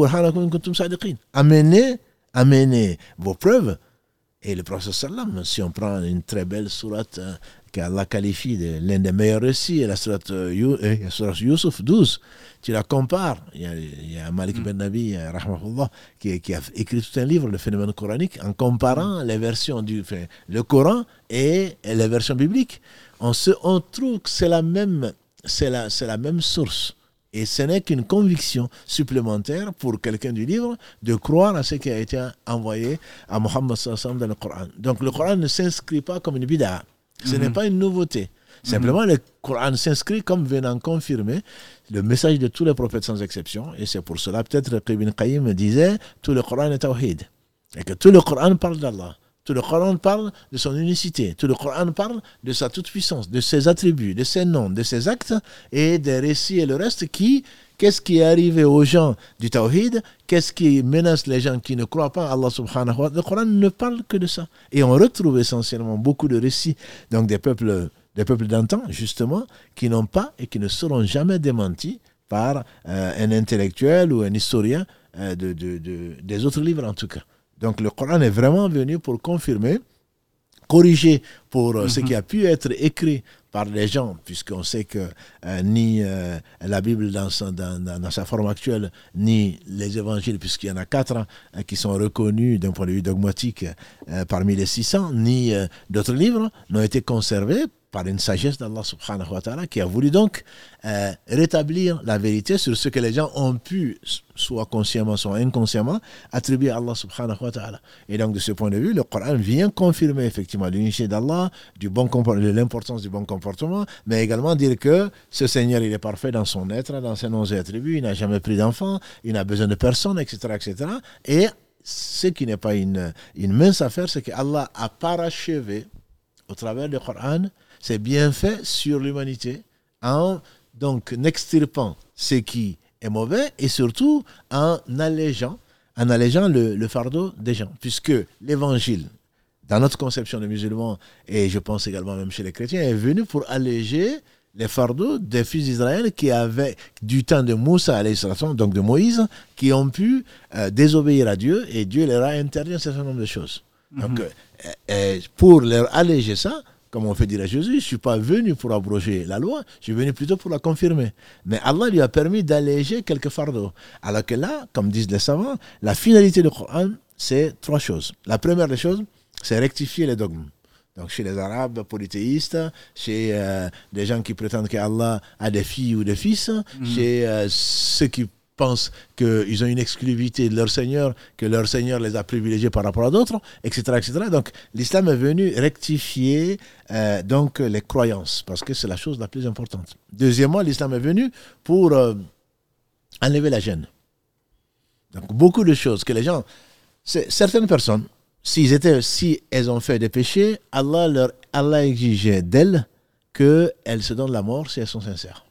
[SPEAKER 2] amenez vos preuves. Et le prophète sallam, si on prend une très belle sourate qu'Allah qualifie de l'un des meilleurs récits, la sourate Yusuf 12, tu la compares. Il y a Malik Ben Nabi, rahmahullah, qui a écrit tout un livre, le phénomène coranique, en comparant les versions le Coran et les versions bibliques. On trouve que c'est la même source. Et ce n'est qu'une conviction supplémentaire pour quelqu'un du livre de croire à ce qui a été envoyé à Mohammed sallallahu alayhi wa sallam dans le Coran. Donc le Coran ne s'inscrit pas comme une bid'a. Ce n'est pas une nouveauté. Simplement, le Coran s'inscrit comme venant confirmer le message de tous les prophètes sans exception. Et c'est pour cela peut-être que Ibn Qayyim disait tout le Coran est tawhid. Et que tout le Coran parle d'Allah. Tout le Coran parle de son unicité. Tout le Coran parle de sa toute-puissance, de ses attributs, de ses noms, de ses actes et des récits et le reste qu'est-ce qui est arrivé aux gens du Tawhid? Qu'est-ce qui menace les gens qui ne croient pas à Allah subhanahu wa ta'ala? Le Coran ne parle que de ça. Et on retrouve essentiellement beaucoup de récits donc des peuples d'antan, justement, qui n'ont pas et qui ne seront jamais démentis par un intellectuel ou un historien des autres livres en tout cas. Donc le Coran est vraiment venu pour confirmer, corriger pour ce qui a pu être écrit par les gens, puisqu'on sait que ni la Bible dans sa forme actuelle, ni les évangiles, puisqu'il y en a 4 qui sont reconnus d'un point de vue dogmatique parmi les 600, ni d'autres livres n'ont été conservés par une sagesse d'Allah subhanahu wa ta'ala qui a voulu donc rétablir la vérité sur ce que les gens ont pu, soit consciemment, soit inconsciemment, attribuer à Allah subhanahu wa ta'ala. Et donc de ce point de vue, le Coran vient confirmer effectivement l'unité d'Allah, de l'importance du bon comportement, mais également dire que ce Seigneur, il est parfait dans son être, dans ses noms et attributs, il n'a jamais pris d'enfant, il n'a besoin de personne, etc., etc. Et ce qui n'est pas une mince affaire, c'est qu'Allah a parachevé au travers du Coran ses bienfaits sur l'humanité en donc n'extirpant ce qui est mauvais et surtout en allégeant le fardeau des gens, puisque l'évangile, dans notre conception de musulmans et je pense également même chez les chrétiens, est venu pour alléger les fardeaux des fils d'Israël qui avaient, du temps de Moussa, donc de Moïse, qui ont pu désobéir à Dieu et Dieu leur a interdit un certain nombre de choses. Donc, pour leur alléger ça, comme on fait dire à Jésus, je ne suis pas venu pour abroger la loi, je suis venu plutôt pour la confirmer. Mais Allah lui a permis d'alléger quelques fardeaux. Alors que là, comme disent les savants, la finalité du Coran, c'est 3 choses. La première des choses, c'est rectifier les dogmes. Donc chez les Arabes polythéistes, chez des gens qui prétendent qu'Allah a des filles ou des fils, chez ceux qui pensent qu'ils ont une exclusivité de leur Seigneur, que leur Seigneur les a privilégiés par rapport à d'autres, etc., etc. Donc l'islam est venu rectifier donc les croyances, parce que c'est la chose la plus importante. Deuxièmement, l'islam est venu pour enlever la gêne. Donc beaucoup de choses que les gens, certaines personnes, si elles ont fait des péchés, Allah exigeait d'elles qu'elles se donnent la mort si elles sont sincères.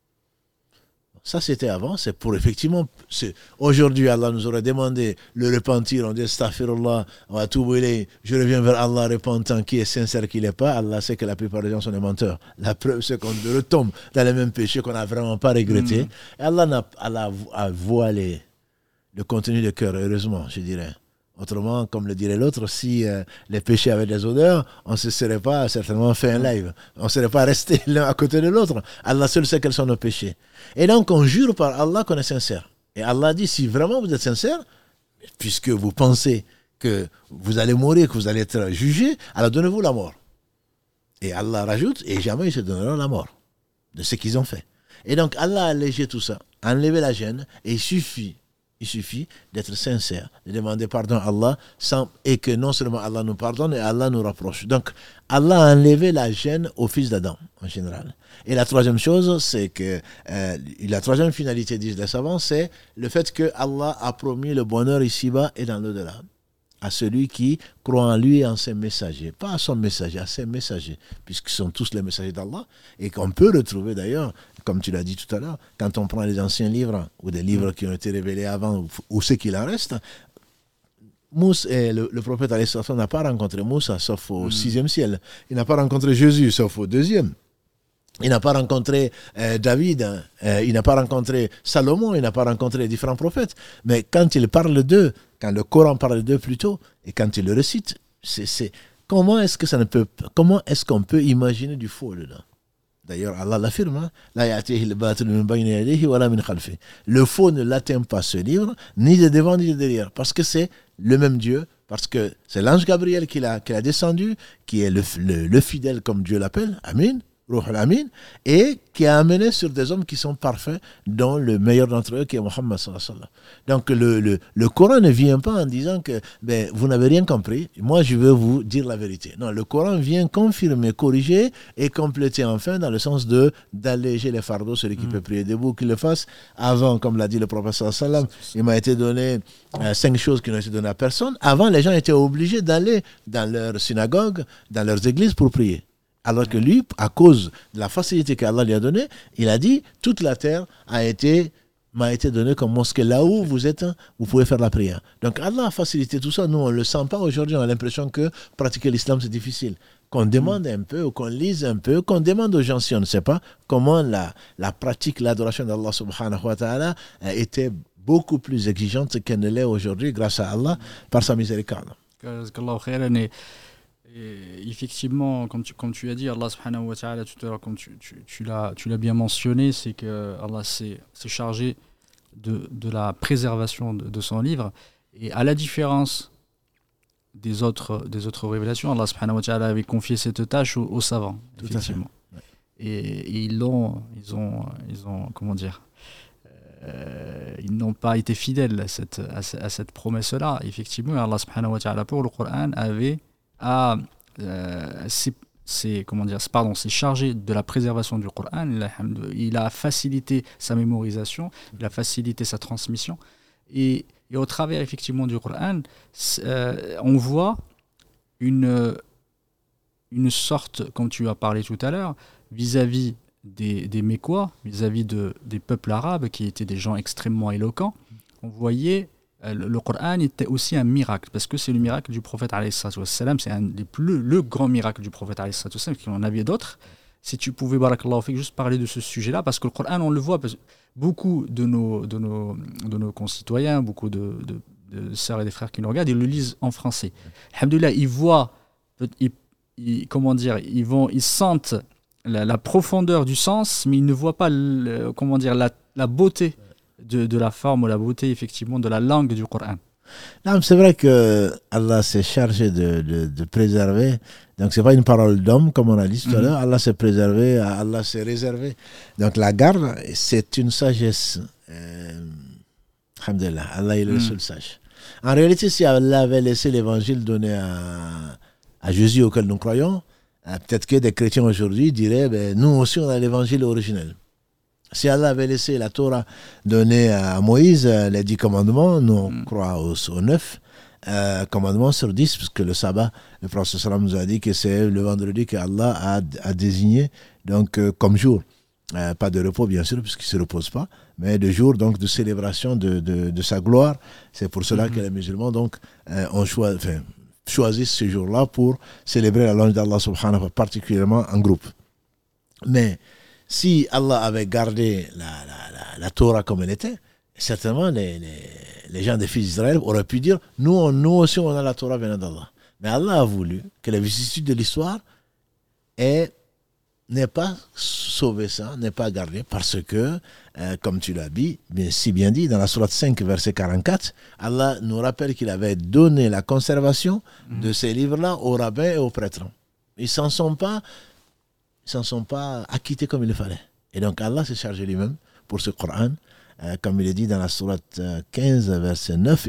[SPEAKER 2] Ça, c'était avant, c'est pour effectivement... Aujourd'hui, Allah nous aurait demandé le repentir, on dit astaghfirullah, je reviens vers Allah repentant, qui est sincère, qui n'est pas. Allah sait que la plupart des gens sont des menteurs. La preuve, c'est qu'on retombe dans les mêmes péchés qu'on n'a vraiment pas regretté. Et Allah a voilé le contenu du cœur, heureusement, je dirais. Autrement, comme le dirait l'autre, si les péchés avaient des odeurs, on ne se serait pas certainement fait un live. On ne serait pas resté l'un à côté de l'autre. Allah seul sait quels sont nos péchés. Et donc, on jure par Allah qu'on est sincère. Et Allah dit, si vraiment vous êtes sincère, puisque vous pensez que vous allez mourir, que vous allez être jugé, alors donnez-vous la mort. Et Allah rajoute, et jamais ils se donneront la mort de ce qu'ils ont fait. Et donc, Allah a allégé tout ça, a enlevé la gêne, et il suffit d'être sincère, de demander pardon à Allah, et que non seulement Allah nous pardonne, et Allah nous rapproche. Donc, Allah a enlevé la gêne au fils d'Adam, en général. Et la troisième chose, c'est que, la troisième finalité, disent les savants, c'est le fait que Allah a promis le bonheur ici-bas et dans l'au-delà à celui qui croit en lui et en ses messagers. Pas à son messager, à ses messagers, puisqu'ils sont tous les messagers d'Allah, et qu'on peut retrouver d'ailleurs, comme tu l'as dit tout à l'heure, quand on prend les anciens livres, ou des livres qui ont été révélés avant, ou ceux qu'il en reste, le prophète n'a pas rencontré Moussa, sauf au 6e ciel. Il n'a pas rencontré Jésus, sauf au 2e. Il n'a pas rencontré David, il n'a pas rencontré Salomon, il n'a pas rencontré les différents prophètes. Mais quand il parle d'eux, quand le Coran parle d'eux plutôt, et quand il le récite, comment est-ce qu'on peut imaginer du faux dedans? D'ailleurs, Allah l'affirme, le faux ne l'atteint pas, ce livre, ni de devant ni de derrière, parce que c'est le même Dieu, parce que c'est l'ange Gabriel qui l'a descendu, qui est le fidèle comme Dieu l'appelle, Amin. Ruh al-Amin, et qui a amené sur des hommes qui sont parfaits, dont le meilleur d'entre eux qui est Mohammed sallallahu alayhi wa sallam. Donc le Coran ne vient pas en disant que vous n'avez rien compris, moi je veux vous dire la vérité. Non, le Coran vient confirmer, corriger et compléter enfin dans le sens d'alléger les fardeaux, celui qui peut prier debout, qu'il le fasse. Avant, comme l'a dit le prophète sallallahu alayhi wa sallam, il m'a été donné 5 choses qui n'ont été données à personne. Avant, les gens étaient obligés d'aller dans leur synagogue, dans leurs églises pour prier. Alors que lui, à cause de la facilité qu'Allah lui a donnée, il a dit, toute la terre m'a été donnée comme mosquée. Là où vous êtes, vous pouvez faire la prière. Donc Allah a facilité tout ça. Nous, on ne le sent pas aujourd'hui. On a l'impression que pratiquer l'islam, c'est difficile. Qu'on demande un peu, ou qu'on lise un peu, qu'on demande aux gens si on ne sait pas comment la pratique, l'adoration d'Allah subhanahu wa ta'ala était beaucoup plus exigeante qu'elle ne l'est aujourd'hui grâce à Allah par sa miséricorde.
[SPEAKER 1] Et effectivement, comme tu as dit, Allah subhanahu wa ta'ala tout à l'heure, comme tu l'as bien mentionné, c'est que Allah s'est chargé de la préservation de son livre. Et à la différence des autres révélations. Allah subhanahu wa ta'ala avait confié cette tâche aux savants, effectivement.
[SPEAKER 2] Ouais.
[SPEAKER 1] Et ils ont, comment dire, ils n'ont pas été fidèles à cette promesse-là. Effectivement, Allah subhanahu wa ta'ala pour le Coran s'est chargé de la préservation du Coran. Il a facilité sa mémorisation, il a facilité sa transmission. Et au travers effectivement du Coran, on voit une sorte, comme tu as parlé tout à l'heure, vis-à-vis des Mécois, vis-à-vis des peuples arabes qui étaient des gens extrêmement éloquents. On voyait le Coran était aussi un miracle, parce que c'est le miracle du prophète alayhi salatu wassalam, c'est le grand miracle du prophète alayhi salatu wassalam, qu'il y en avait d'autres. Si tu pouvais, barakallahu fik, juste parler de ce sujet-là, parce que le Coran, on le voit, parce que beaucoup de nos concitoyens, beaucoup de sœurs et des frères qui nous regardent, ils le lisent en français. Alhamdoulilah, ils voient, ils sentent la profondeur du sens, mais ils ne voient pas la beauté de la forme ou la beauté effectivement de la langue du Coran.
[SPEAKER 2] Non, c'est vrai que Allah s'est chargé de préserver. Donc c'est pas une parole d'homme comme on a dit tout à l'heure. Allah s'est préservé, Allah s'est réservé. Donc la garde, c'est une sagesse. Alhamdulillah, Allah est le seul sage. En réalité, si Allah avait laissé l'évangile donné à Jésus auquel nous croyons, peut-être que des chrétiens aujourd'hui diraient nous aussi on a l'évangile originel. Si Allah avait laissé la Torah donnée à Moïse, les 10 commandements, nous on croit aux 9 commandements sur 10, parce que le sabbat, le prophète sallam nous a dit que c'est le vendredi qu'Allah a désigné donc, comme jour. Pas de repos bien sûr, puisqu'il ne se repose pas, mais de jour donc, de célébration de sa gloire. C'est pour cela que les musulmans donc, ont choisi ce jour-là pour célébrer la louange d'Allah subhanahu wa ta'ala, particulièrement en groupe. Mais si Allah avait gardé la Torah comme elle était, certainement les gens des fils d'Israël auraient pu dire nous aussi on a la Torah venant d'Allah. Mais Allah a voulu que les vicissitudes de l'histoire n'aient pas sauvé ça, n'aient pas gardé, parce que, comme tu l'as si bien dit, dans la sourate 5, verset 44, Allah nous rappelle qu'il avait donné la conservation de ces livres-là aux rabbins et aux prêtres. Ils s'en sont pas acquittés comme il le fallait. Et donc Allah s'est chargé lui-même pour ce Coran, comme il est dit dans la sourate 15, verset 9,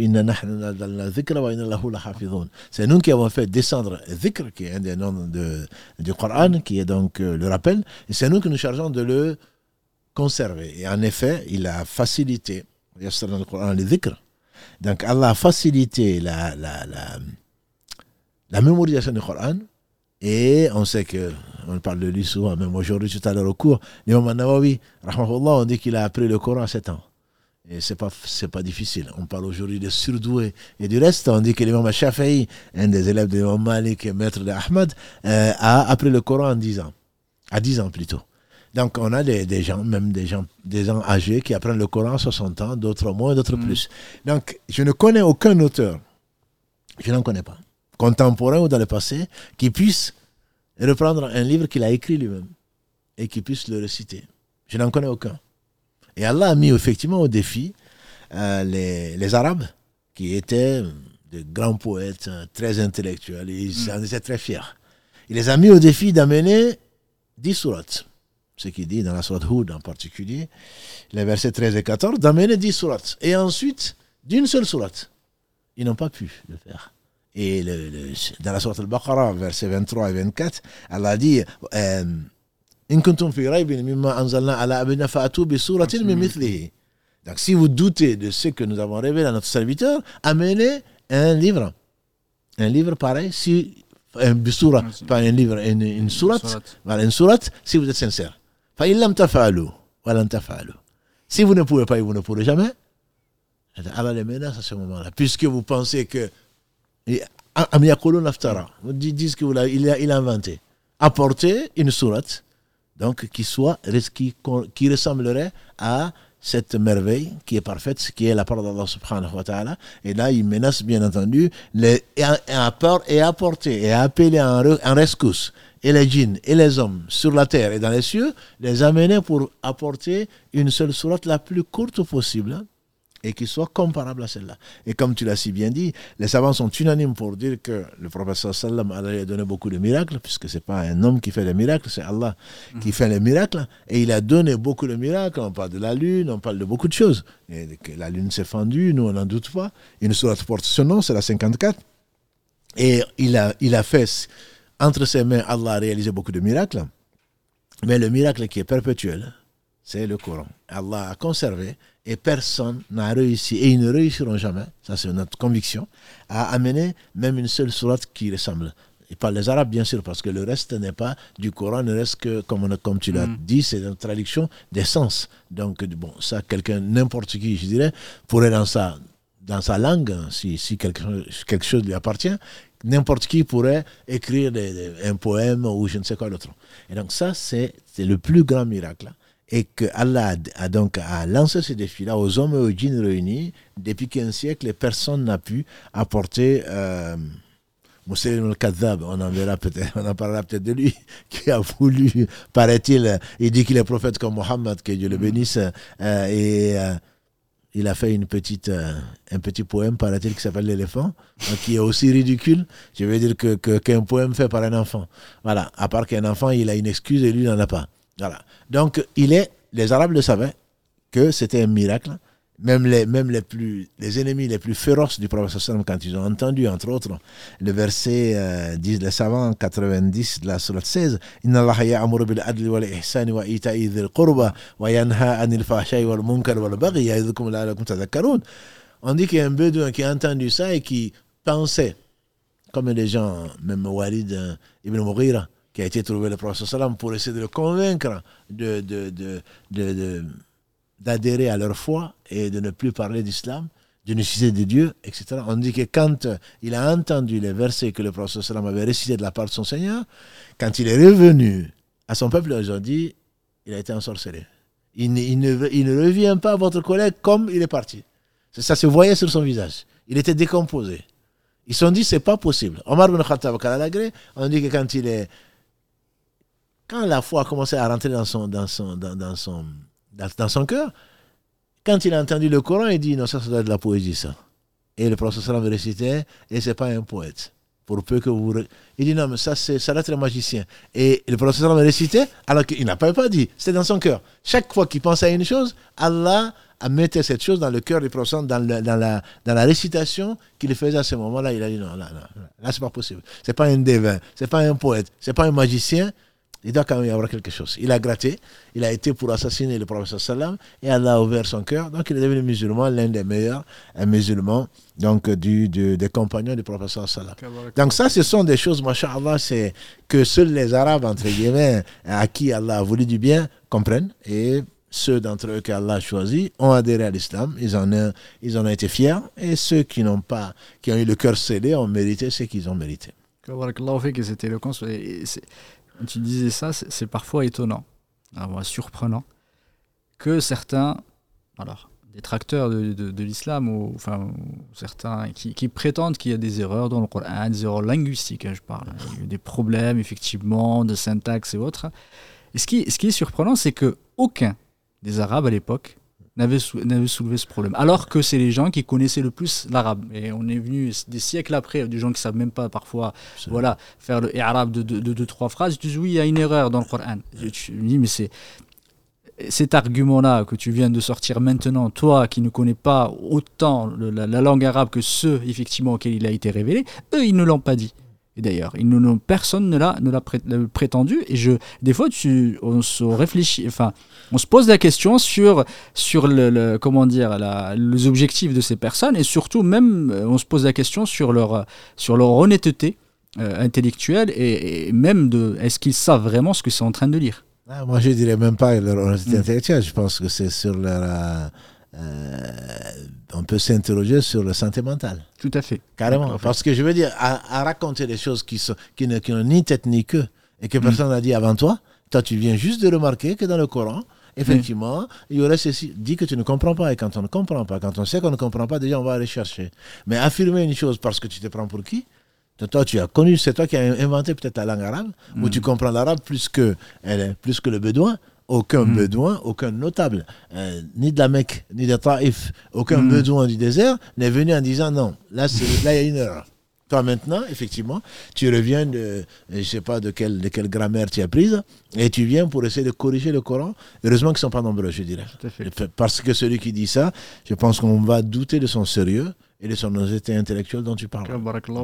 [SPEAKER 2] c'est nous qui avons fait descendre Dhikr, qui est un des noms du Coran, qui est donc le rappel, et c'est nous qui nous chargeons de le conserver. Et en effet, il a facilité, dans le Coran, le Dhikr. Donc Allah a facilité la mémorisation du Coran. Et on sait que, on parle de lui souvent, même aujourd'hui, tout à l'heure au cours, l'imam An-Nawawi, rahmahullah, on dit qu'il a appris le Coran à 7 ans. Et c'est pas difficile. On parle aujourd'hui des surdoués. Et du reste, on dit que l'imam Shafi'i, un des élèves de l'imam Malik et maître d'Ahmad, a appris le Coran en 10 ans. À 10 ans plutôt. Donc on a des gens âgés qui apprennent le Coran à 60 ans, d'autres moins, d'autres plus. Donc je ne connais aucun auteur, je n'en connais pas, contemporain ou dans le passé, qui puisse reprendre un livre qu'il a écrit lui-même et qui puisse le réciter. Je n'en connais aucun. Et Allah a mis effectivement au défi les Arabes, qui étaient de grands poètes, très intellectuels, ils en étaient très fiers. Il les a mis au défi d'amener 10 sourates, ce qui dit dans la sourate Hud en particulier, les versets 13 et 14, d'amener 10 sourates. Et ensuite, d'une seule sourate. Ils n'ont pas pu le faire. Et dans la sourate Al-Baqarah, versets 23 et 24, Allah dit In kuntum fi raybin mimma anzalna ala abdina fa'atu bi suratin min mithlihi. Donc si vous doutez de ce que nous avons révélé à notre serviteur, amenez un livre pareil, pas un livre, une sourate, voilà, une sourate, si vous êtes sincère. Fa illam taf'alu wa lan taf'alu. Si vous ne pouvez pas et vous ne pourrez jamais, Allah les menace à ce moment-là, puisque vous pensez que vous dites qu'il a inventé. Apporter une sourate, donc qui ressemblerait à cette merveille qui est parfaite, qui est la parole d'Allah subhanahu wa ta'ala. Et là, il menace bien entendu et apporter et appeler en rescousse et les djinns et les hommes sur la terre et dans les cieux, les amener pour apporter une seule sourate la plus courte possible et qui soit comparable à celle-là. Et comme tu l'as si bien dit, les savants sont unanimes pour dire que le prophète sallam a donné beaucoup de miracles, puisque ce n'est pas un homme qui fait des miracles, c'est Allah qui fait les miracles, et il a donné beaucoup de miracles. On parle de la lune, on parle de beaucoup de choses. Et que la lune s'est fendue, nous on n'en doute pas. Une sourate porte ce nom, c'est la 54. Et il a fait, entre ses mains, Allah a réalisé beaucoup de miracles, mais le miracle qui est perpétuel, c'est le Coran. Allah a conservé et personne n'a réussi, et ils ne réussiront jamais, ça c'est notre conviction, à amener même une seule sourate qui ressemble. Il parle des Arabes bien sûr, parce que le reste n'est pas du Coran, ne reste que, comme tu l'as dit, c'est une traduction des sens. Donc bon, ça quelqu'un, n'importe qui, je dirais, pourrait dans sa langue, si quelque chose lui appartient, n'importe qui pourrait écrire un poème ou je ne sais quoi d'autre. Et donc ça, c'est le plus grand miracle. Et que Allah a lancé ce défi-là aux hommes et aux djinns réunis depuis qu'un siècle, personne n'a pu apporter Moussaïlim al-Kadhab, on en parlera peut-être de lui, qui a voulu, paraît-il, il dit qu'il est prophète comme Mohammed, que Dieu le bénisse, il a fait un petit poème, paraît-il, qui s'appelle L'éléphant, qui est aussi ridicule. Je veux dire qu'un poème fait par un enfant. Voilà, à part qu'un enfant, il a une excuse et lui, il n'en a pas. Voilà. Donc, les Arabes le savaient que c'était un miracle. Même les ennemis les plus féroces du prophète sallam, quand ils ont entendu, entre autres, le verset, disent les savants, 90 de la sourate 16, Inna Allah ya'muru bil adli wal ihsani wa ita'i dhil qurba wa yanha anil fahsha'i wal munkar wal baghi ya'idhukum la'allakum tadhakkarun. On dit qu'il y a un bédouin qui a entendu ça et qui pensait, comme les gens, même Walid ibn Mughira, qui a été trouvé le prophète sallam pour essayer de le convaincre d'adhérer à leur foi et de ne plus parler d'islam, de ne citer de Dieu, etc. On dit que quand il a entendu les versets que le prophète sallam avait récités de la part de son Seigneur, quand il est revenu à son peuple, ils ont dit, il a été ensorcelé. Il ne revient pas à votre collègue comme il est parti. Ça se voyait sur son visage. Il était décomposé. Ils se sont dit, c'est pas possible. Omar ibn Khattab, on dit que quand la foi a commencé à rentrer dans son cœur, quand il a entendu le Coran, il dit non, ça doit être de la poésie, ça. Et le prophète sallam récitait, et c'est pas un poète. Pour peu que vous. Il dit non, mais ça doit être un magicien. Et le prophète sallam récitait, alors qu'il n'a pas dit, c'était dans son cœur. Chaque fois qu'il pensait à une chose, Allah mettait cette chose dans le cœur du prophète, dans la récitation qu'il faisait à ce moment-là. Il a dit non, là, c'est pas possible. C'est pas un devin, c'est pas un poète, c'est pas un magicien. Il doit quand même y avoir quelque chose. Il a gratté, il a été pour assassiner le prophète sallam et Allah a ouvert son cœur. Donc il est devenu musulman, l'un des meilleurs musulmans donc, des compagnons du prophète sallam. Donc ça, ce sont des choses, masha'Allah, c'est que seuls les Arabes, entre guillemets, à qui Allah a voulu du bien, comprennent. Et ceux d'entre eux qu'Allah a choisis ont adhéré à l'islam. Ils en ont été fiers. Et ceux qui ont eu le cœur scellé ont mérité ce qu'ils ont mérité.
[SPEAKER 1] C'était le conseil. Quand tu disais ça, c'est parfois étonnant, surprenant, que certains, détracteurs de l'islam, ou certains qui prétendent qu'il y a des erreurs dans le Coran, des erreurs linguistiques, je parle, il y a des problèmes effectivement de syntaxe et autres. Et ce qui est surprenant, c'est qu'aucun des Arabes à l'époque n'avait soulevé ce problème, alors que c'est les gens qui connaissaient le plus l'arabe. Et on est venu des siècles après, des gens qui ne savent même pas parfois faire le i'rab de 2-3 phrases. Tu dis oui, il y a une erreur dans le Coran. Je me dis, mais c'est cet argument-là que tu viens de sortir maintenant, toi qui ne connais pas autant la langue arabe que ceux effectivement auxquels il a été révélé, eux ils ne l'ont pas dit. Et d'ailleurs, personne ne l'a prétendu. Et des fois, on se réfléchit, on se pose la question sur les objectifs de ces personnes, et surtout même, on se pose la question sur leur honnêteté intellectuelle et même est-ce qu'ils savent vraiment ce que c'est en train de lire.
[SPEAKER 2] Moi, je dirais même pas leur honnêteté intellectuelle. Je pense que c'est sur leur on peut s'interroger sur la santé mentale.
[SPEAKER 1] Tout à fait.
[SPEAKER 2] Carrément. Parce que je veux dire, à raconter des choses qui n'ont ni tête ni queue et que personne n'a dit avant toi, tu viens juste de remarquer que dans le Coran, effectivement, il y aurait ceci. Dis que tu ne comprends pas. Et quand on ne comprend pas, quand on sait qu'on ne comprend pas, déjà on va aller chercher. Mais affirmer une chose parce que tu te prends pour qui? Toi, tu as connu, c'est toi qui as inventé peut-être la langue arabe, où tu comprends l'arabe plus que le bédouin. aucun bédouin, aucun notable, ni de la Mecque, ni de Taïf, aucun bédouin du désert n'est venu en disant non, là il y a une erreur. Toi maintenant, effectivement, tu reviens je ne sais pas de quelle grammaire tu as prise, et tu viens pour essayer de corriger le Coran. Heureusement qu'ils ne sont pas nombreux, je dirais.
[SPEAKER 1] Tout à fait.
[SPEAKER 2] Parce que celui qui dit ça, je pense qu'on va douter de son sérieux et de son honnêteté intellectuelle dont tu parles.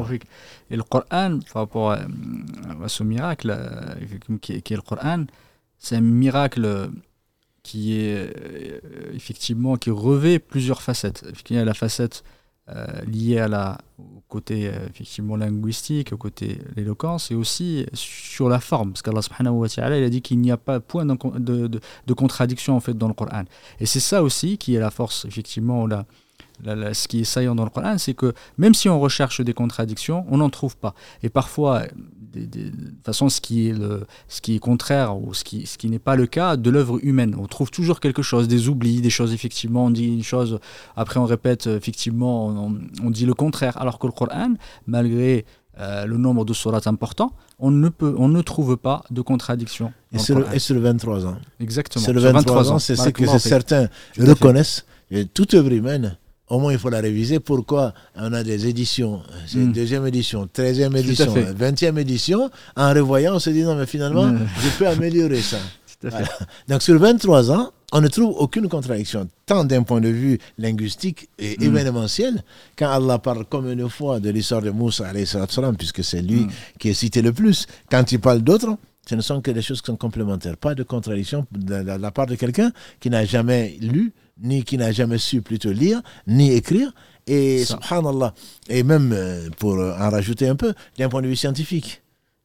[SPEAKER 1] Et le Coran, par rapport à ce miracle qui est le Coran, c'est un miracle qui est effectivement qui revêt plusieurs facettes. Il y a la facette liée au côté effectivement linguistique, au côté l'éloquence, et aussi sur la forme, parce qu'Allah subhanahu wa ta'ala il a dit qu'il n'y a pas point de contradiction en fait dans le Coran. Et c'est ça aussi qui est la force effectivement ce qui est saillant dans le Coran, c'est que même si on recherche des contradictions, on n'en trouve pas. Et parfois, de façon, ce qui est contraire ou ce qui n'est pas le cas de l'œuvre humaine. On trouve toujours quelque chose, des oublis, des choses effectivement, on dit une chose, après on répète effectivement, on dit le contraire. Alors que le Coran, malgré le nombre de sourates important, on ne trouve pas de contradiction.
[SPEAKER 2] Et c'est le 23 ans.
[SPEAKER 1] Exactement.
[SPEAKER 2] C'est le 23 ans, c'est ce que certains reconnaissent. Et toute œuvre humaine, au moins il faut la réviser. Pourquoi on a des éditions, c'est deuxième édition, 13e édition, 20e édition, en revoyant on se dit non mais finalement je peux améliorer ça. Voilà. Donc sur 23 ans, on ne trouve aucune contradiction, tant d'un point de vue linguistique et événementiel, quand Allah parle comme une fois de l'histoire de Moussa, puisque c'est lui qui est cité le plus, quand il parle d'autres, ce ne sont que des choses qui sont complémentaires, pas de contradiction de la part de quelqu'un qui n'a jamais lu, ni qui n'a jamais su plutôt lire, ni écrire, et subhanallah, et même pour en rajouter un peu, d'un point de vue scientifique,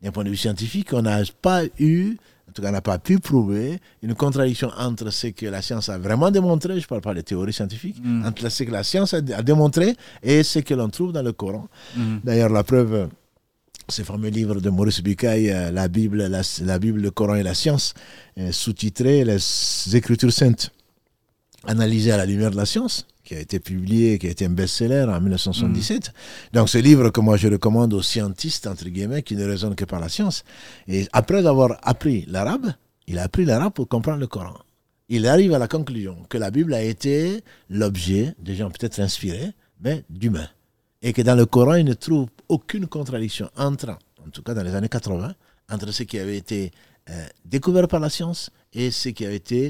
[SPEAKER 2] on n'a pas eu, en tout cas on n'a pas pu prouver une contradiction entre ce que la science a vraiment démontré, je ne parle pas de théorie scientifique, entre ce que la science a démontré et ce que l'on trouve dans le Coran. D'ailleurs la preuve, ce fameux livre de Maurice Bucaille, la Bible, le Coran et la science, sous-titré les Écritures saintes, analysées à la lumière de la science, qui a été publié, qui a été un best-seller en 1977. Donc ce livre que moi je recommande aux scientistes, entre guillemets, qui ne raisonnent que par la science. Et après avoir appris l'arabe, il a appris l'arabe pour comprendre le Coran. Il arrive à la conclusion que la Bible a été l'objet des gens peut-être inspirés, mais d'humains. Et que dans le Coran, il ne trouve aucune contradiction entre, en tout cas dans les années 80, entre ce qui avait été découvert par la science et ce qui avait été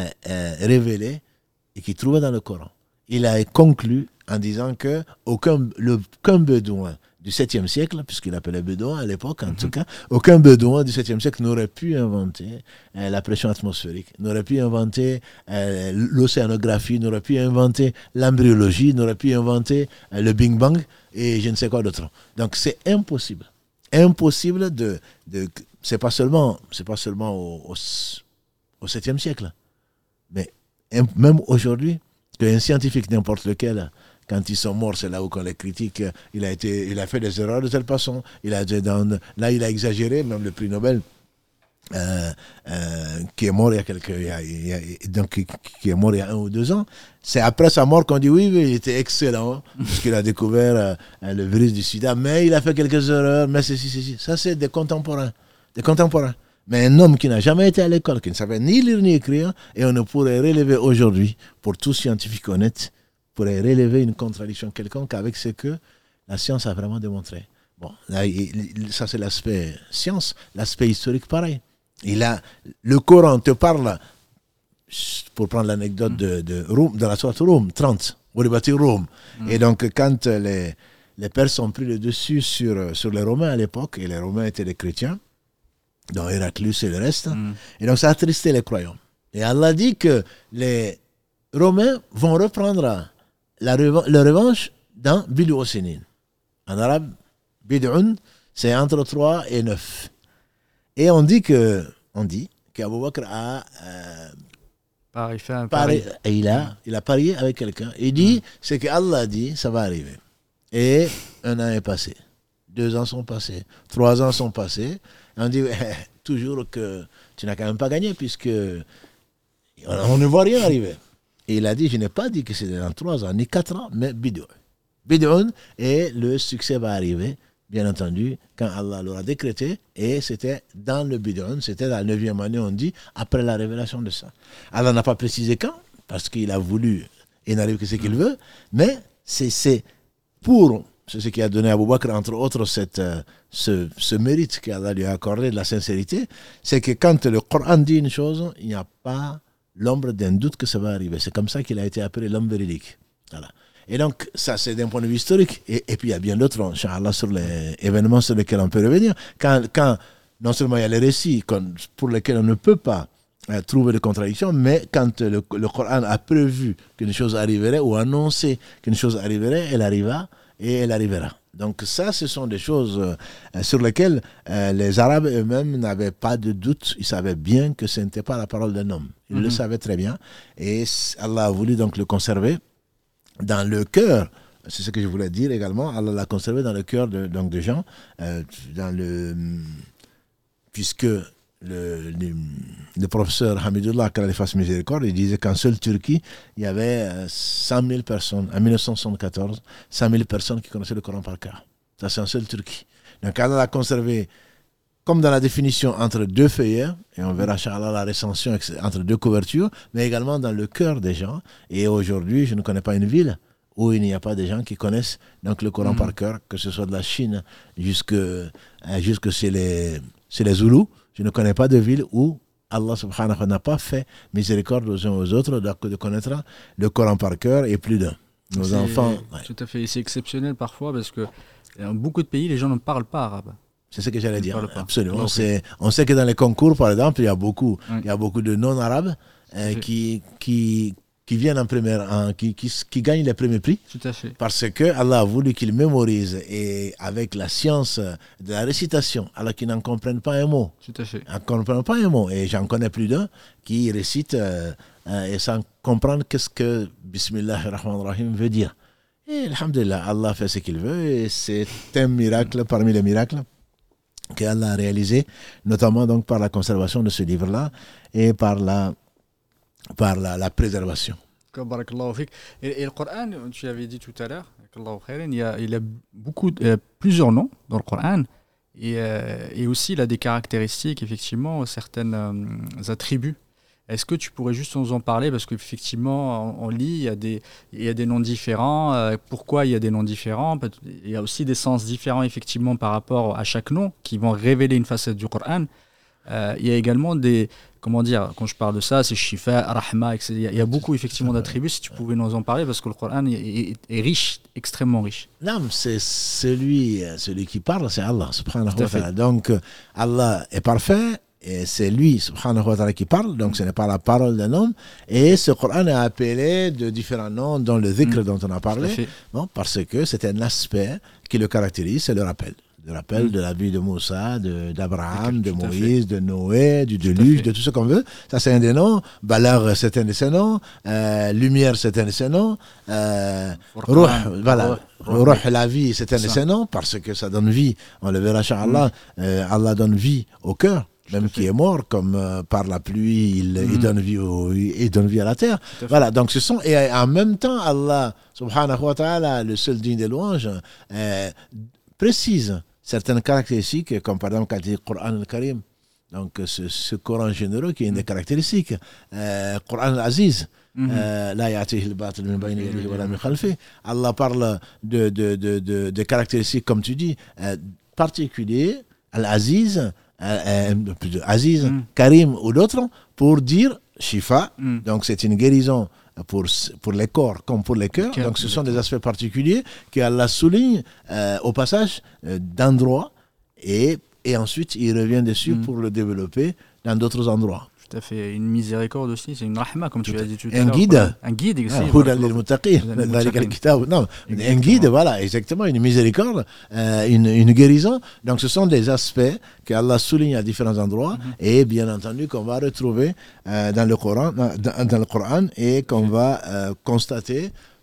[SPEAKER 2] révélé et qui trouvait dans le Coran. Il a conclu en disant qu'aucun bédouin du 7e siècle, puisqu'il appelait bédouin à l'époque en tout cas, aucun bédouin du 7e siècle n'aurait pu inventer la pression atmosphérique, n'aurait pu inventer l'océanographie, n'aurait pu inventer l'embryologie, n'aurait pu inventer le Big Bang et je ne sais quoi d'autre. Donc c'est impossible. Impossible c'est pas seulement au 7e siècle, mais même aujourd'hui, qu'un scientifique n'importe lequel, quand ils sont morts, c'est là où on les critique, il a fait des erreurs de telle façon, il a exagéré, même le prix Nobel, qui est mort qui est mort il y a 1 ou 2 ans, c'est après sa mort qu'on dit oui, il était excellent, parce qu'il a découvert le virus du sida, mais il a fait quelques erreurs, mais ceci. Ça, c'est des contemporains. Mais un homme qui n'a jamais été à l'école, qui ne savait ni lire ni écrire, et on ne pourrait relever aujourd'hui, pour tout scientifique honnête, pourrait relever une contradiction quelconque avec ce que la science a vraiment démontré. Bon, là, ça c'est l'aspect science, l'aspect historique pareil. Le Coran te parle, pour prendre l'anecdote de la sourate Rum, 30, Rum. Et donc quand les Perses ont pris le dessus sur les Romains à l'époque, et les Romains étaient des chrétiens, dont Héraclius et le reste. Et donc ça a attristé les croyants. Et Allah dit que les Romains vont reprendre leur revanche dans Bid'u Sinin. En arabe, Bid'un, c'est entre 3 et 9. Et on dit qu'Abou Bakr a il a parié avec quelqu'un. Il dit, c'est que Allah dit, ça va arriver. Et 1 an est passé. 2 ans sont passés. 3 ans sont passés. On dit toujours que tu n'as quand même pas gagné puisque on ne voit rien arriver. Et il a dit, je n'ai pas dit que c'était dans 3 ans, ni 4 ans, mais Bid'un. Et le succès va arriver bien entendu, quand Allah l'aura décrété, et c'était dans le bidon, c'était la 9e année, on dit, après la révélation de ça. Allah n'a pas précisé quand, parce qu'il a voulu, et n'arrive que ce qu'il veut, mais c'est ce qui a donné à Abu Bakr, entre autres, ce mérite qu'Allah lui a accordé de la sincérité, c'est que quand le Coran dit une chose, il n'y a pas l'ombre d'un doute que ça va arriver. C'est comme ça qu'il a été appelé l'homme véridique. Voilà. Et donc, ça, c'est d'un point de vue historique. Et puis, il y a bien d'autres, Inch'Allah, sur les événements sur lesquels on peut revenir. Quand non seulement il y a les récits pour lesquels on ne peut pas trouver de contradiction, mais quand le Coran a prévu qu'une chose arriverait ou annoncé qu'une chose arriverait, elle arriva et elle arrivera. Donc ça, ce sont des choses sur lesquelles les Arabes eux-mêmes n'avaient pas de doute. Ils savaient bien que ce n'était pas la parole d'un homme. Ils le savaient très bien. Et Allah a voulu donc le conserver dans le cœur. C'est ce que je voulais dire également. Allah l'a conservé dans le cœur de gens, puisque le professeur Hamidullah, qu'Allah lui fasse miséricorde, il disait qu'en seule Turquie, il y avait 100 000 personnes, en 1974, 100 000 personnes qui connaissaient le Coran par cœur. Ça, c'est en seule Turquie. Donc, Allah l'a conservé, comme dans la définition, entre deux feuillets, et on verra, Inch'Allah, la recension entre deux couvertures, mais également dans le cœur des gens. Et aujourd'hui, je ne connais pas une ville où il n'y a pas de gens qui connaissent donc, le Coran par cœur, que ce soit de la Chine jusque chez les Zoulous. Je ne connais pas de ville où Allah subhanahu wa ta'ala n'a pas fait miséricorde aux uns aux autres de connaître le Coran par cœur et plus d'un. Nos enfants...
[SPEAKER 1] Ouais. Tout à fait. C'est exceptionnel parfois parce que dans beaucoup de pays, les gens ne parlent pas arabe.
[SPEAKER 2] C'est ce que j'allais dire. Absolument. On sait que dans les concours, par exemple, il y a beaucoup de non-arabes qui viennent en première, qui gagnent les premiers prix.
[SPEAKER 1] Tout à fait.
[SPEAKER 2] Parce que Allah a voulu qu'ils mémorisent, et avec la science de la récitation, alors qu'ils n'en comprennent pas un mot.
[SPEAKER 1] Tout à fait.
[SPEAKER 2] Ils n'en comprennent pas un mot. Et j'en connais plus d'un qui récite et sans comprendre qu'est-ce que Bismillahirrahmanirrahim veut dire. Et alhamdulillah, Allah fait ce qu'il veut, et c'est un miracle parmi les miracles qu'Allah a réalisé, notamment donc par la conservation de ce livre-là et par la préservation.
[SPEAKER 1] Et le Coran, tu l'avais dit tout à l'heure, il y a plusieurs noms dans le Coran, et aussi il a des caractéristiques, effectivement, certains attributs. Est-ce que tu pourrais juste nous en parler, parce qu'effectivement on lit, il y a des noms différents. Pourquoi il y a des noms différents? Il y a aussi des sens différents, effectivement, par rapport à chaque nom, qui vont révéler une facette du Coran. Il y a également des, comment dire, quand je parle de ça, c'est Shifa, Rahma, etc. Il y a beaucoup effectivement d'attributs. Si tu pouvais nous en parler, parce que le Coran est riche, extrêmement riche.
[SPEAKER 2] Non, c'est celui qui parle, c'est Allah subhanahu wa ta'ala. Donc Allah est parfait, et c'est lui subhanahu wa ta'ala qui parle, donc ce n'est pas la parole d'un homme. Et ce Coran est appelé de différents noms, dont le dhikr dont on a parlé, parce que c'est un aspect qui le caractérise, c'est le rappel. Le rappel de la vie de Moussa, d'Abraham, de Moïse, de Noé, du déluge, de tout ce qu'on veut. Ça, c'est un des noms. Balagh, c'est un de ses noms. Lumière, c'est un de ses noms. Ruh, voilà. Ruh, la vie, c'est un de ses noms, parce que ça donne vie. On le verra, Inch'Allah. Allah donne vie au cœur, même qui est mort, comme par la pluie, il donne vie à la terre. Voilà, donc ce sont, et en même temps, Allah, subhanahu wa ta'ala, le seul digne des louanges, précise certaines caractéristiques, comme par exemple quand il dit Coran al-Karim, donc ce Coran généreux qui est une des caractéristiques. Coran al-Aziz, la ya'tihi al-batil min bayni yadihi wa la min khalfihi. Allah parle de caractéristiques, comme tu dis, particuliers, al-Aziz, Aziz, Karim ou d'autres, pour dire Shifa, donc c'est une guérison pour les corps comme pour les cœurs. Donc ce sont des aspects particuliers qu'Allah souligne au passage d'endroits, et ensuite il revient dessus pour le développer dans d'autres endroits.
[SPEAKER 1] Tout à fait. Une miséricorde aussi, c'est une rahma, comme tu l'as dit tout à
[SPEAKER 2] l'heure. Un guide aussi. Un guide, voilà, exactement, une miséricorde, une guérison. Donc ce sont des aspects qu'Allah souligne à différents endroits, et bien entendu qu'on va retrouver dans le Coran, et qu'on va constater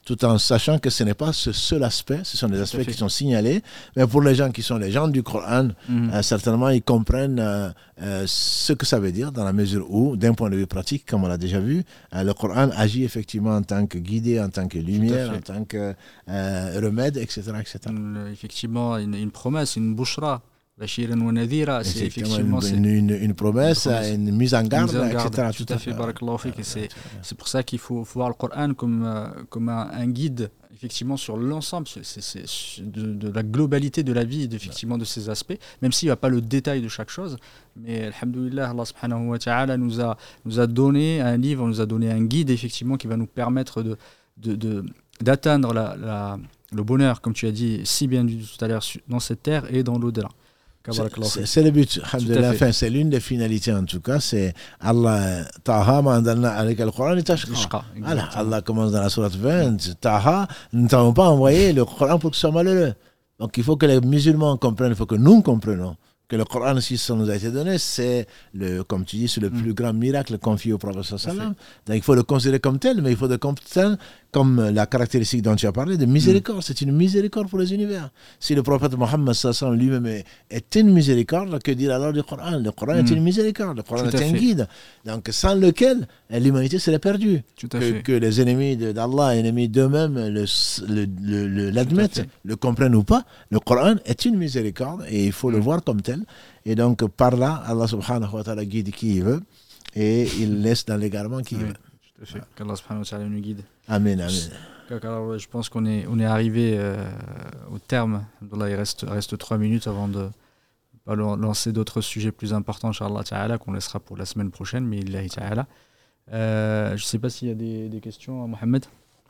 [SPEAKER 2] tout en sachant que ce n'est pas ce seul aspect, ce sont des aspects qui sont signalés, mais pour les gens qui sont les gens du Coran, certainement ils comprennent ce que ça veut dire dans la mesure où, d'un point de vue pratique, comme on l'a déjà vu, le Coran agit effectivement en tant que guidé, en tant que lumière, en tant que remède, etc.
[SPEAKER 1] Effectivement, une promesse, une bouchra. C'est effectivement
[SPEAKER 2] une promesse, une mise en garde, etc.
[SPEAKER 1] Tout à fait, barakallahu fik. C'est pour ça qu'il faut voir le Coran comme un guide effectivement sur l'ensemble de la globalité de la vie, effectivement de ces aspects, même s'il n'y a pas le détail de chaque chose. Mais alhamdoulilah, Allah subhanahu wa ta'ala nous a donné un livre, nous a donné un guide effectivement qui va nous permettre d'atteindre le bonheur, comme tu as dit si bien dit tout à l'heure, dans cette terre et dans l'au-delà.
[SPEAKER 2] C'est le but, enfin, c'est l'une des finalités en tout cas, c'est Allah Taha ma'andalna alayka al-Qur'an litashqa. Voilà, Allah commence dans la sourate 20, Taha, nous ne t'avons pas envoyé le Coran pour que tu sois malheureux. Donc il faut que les musulmans comprennent, il faut que nous comprenions que le Coran, si ça nous a été donné, c'est comme tu dis, c'est le plus grand miracle confié au prophète sallallahu. Donc il faut le considérer comme tel, mais il faut le considérer comme la caractéristique dont tu as parlé de miséricorde. C'est une miséricorde pour les univers. Si le prophète Mohammed sallallahu lui-même est une miséricorde, que dire alors du Coran? Le Coran est une miséricorde, le Coran est un guide. Donc sans lequel l'humanité serait perdue. Que les ennemis d'Allah, ennemis d'eux-mêmes, l'admettent, le comprennent ou pas, le Coran est une miséricorde et il faut le voir comme tel. Et donc par là, Allah subhanahu wa ta'ala guide qui il veut et il laisse dans l'égarement qui il veut.
[SPEAKER 1] Qu'Allah subhanahu wa ta'ala nous guide.
[SPEAKER 2] Amen, amen.
[SPEAKER 1] Alors, je pense qu'on est arrivé au terme. Il reste 3 minutes avant de lancer d'autres sujets plus importants, Inch'Allah ta'ala, qu'on laissera pour la semaine prochaine, mais Illahi ta'ala. Je ne sais pas s'il y a des questions, Mohamed.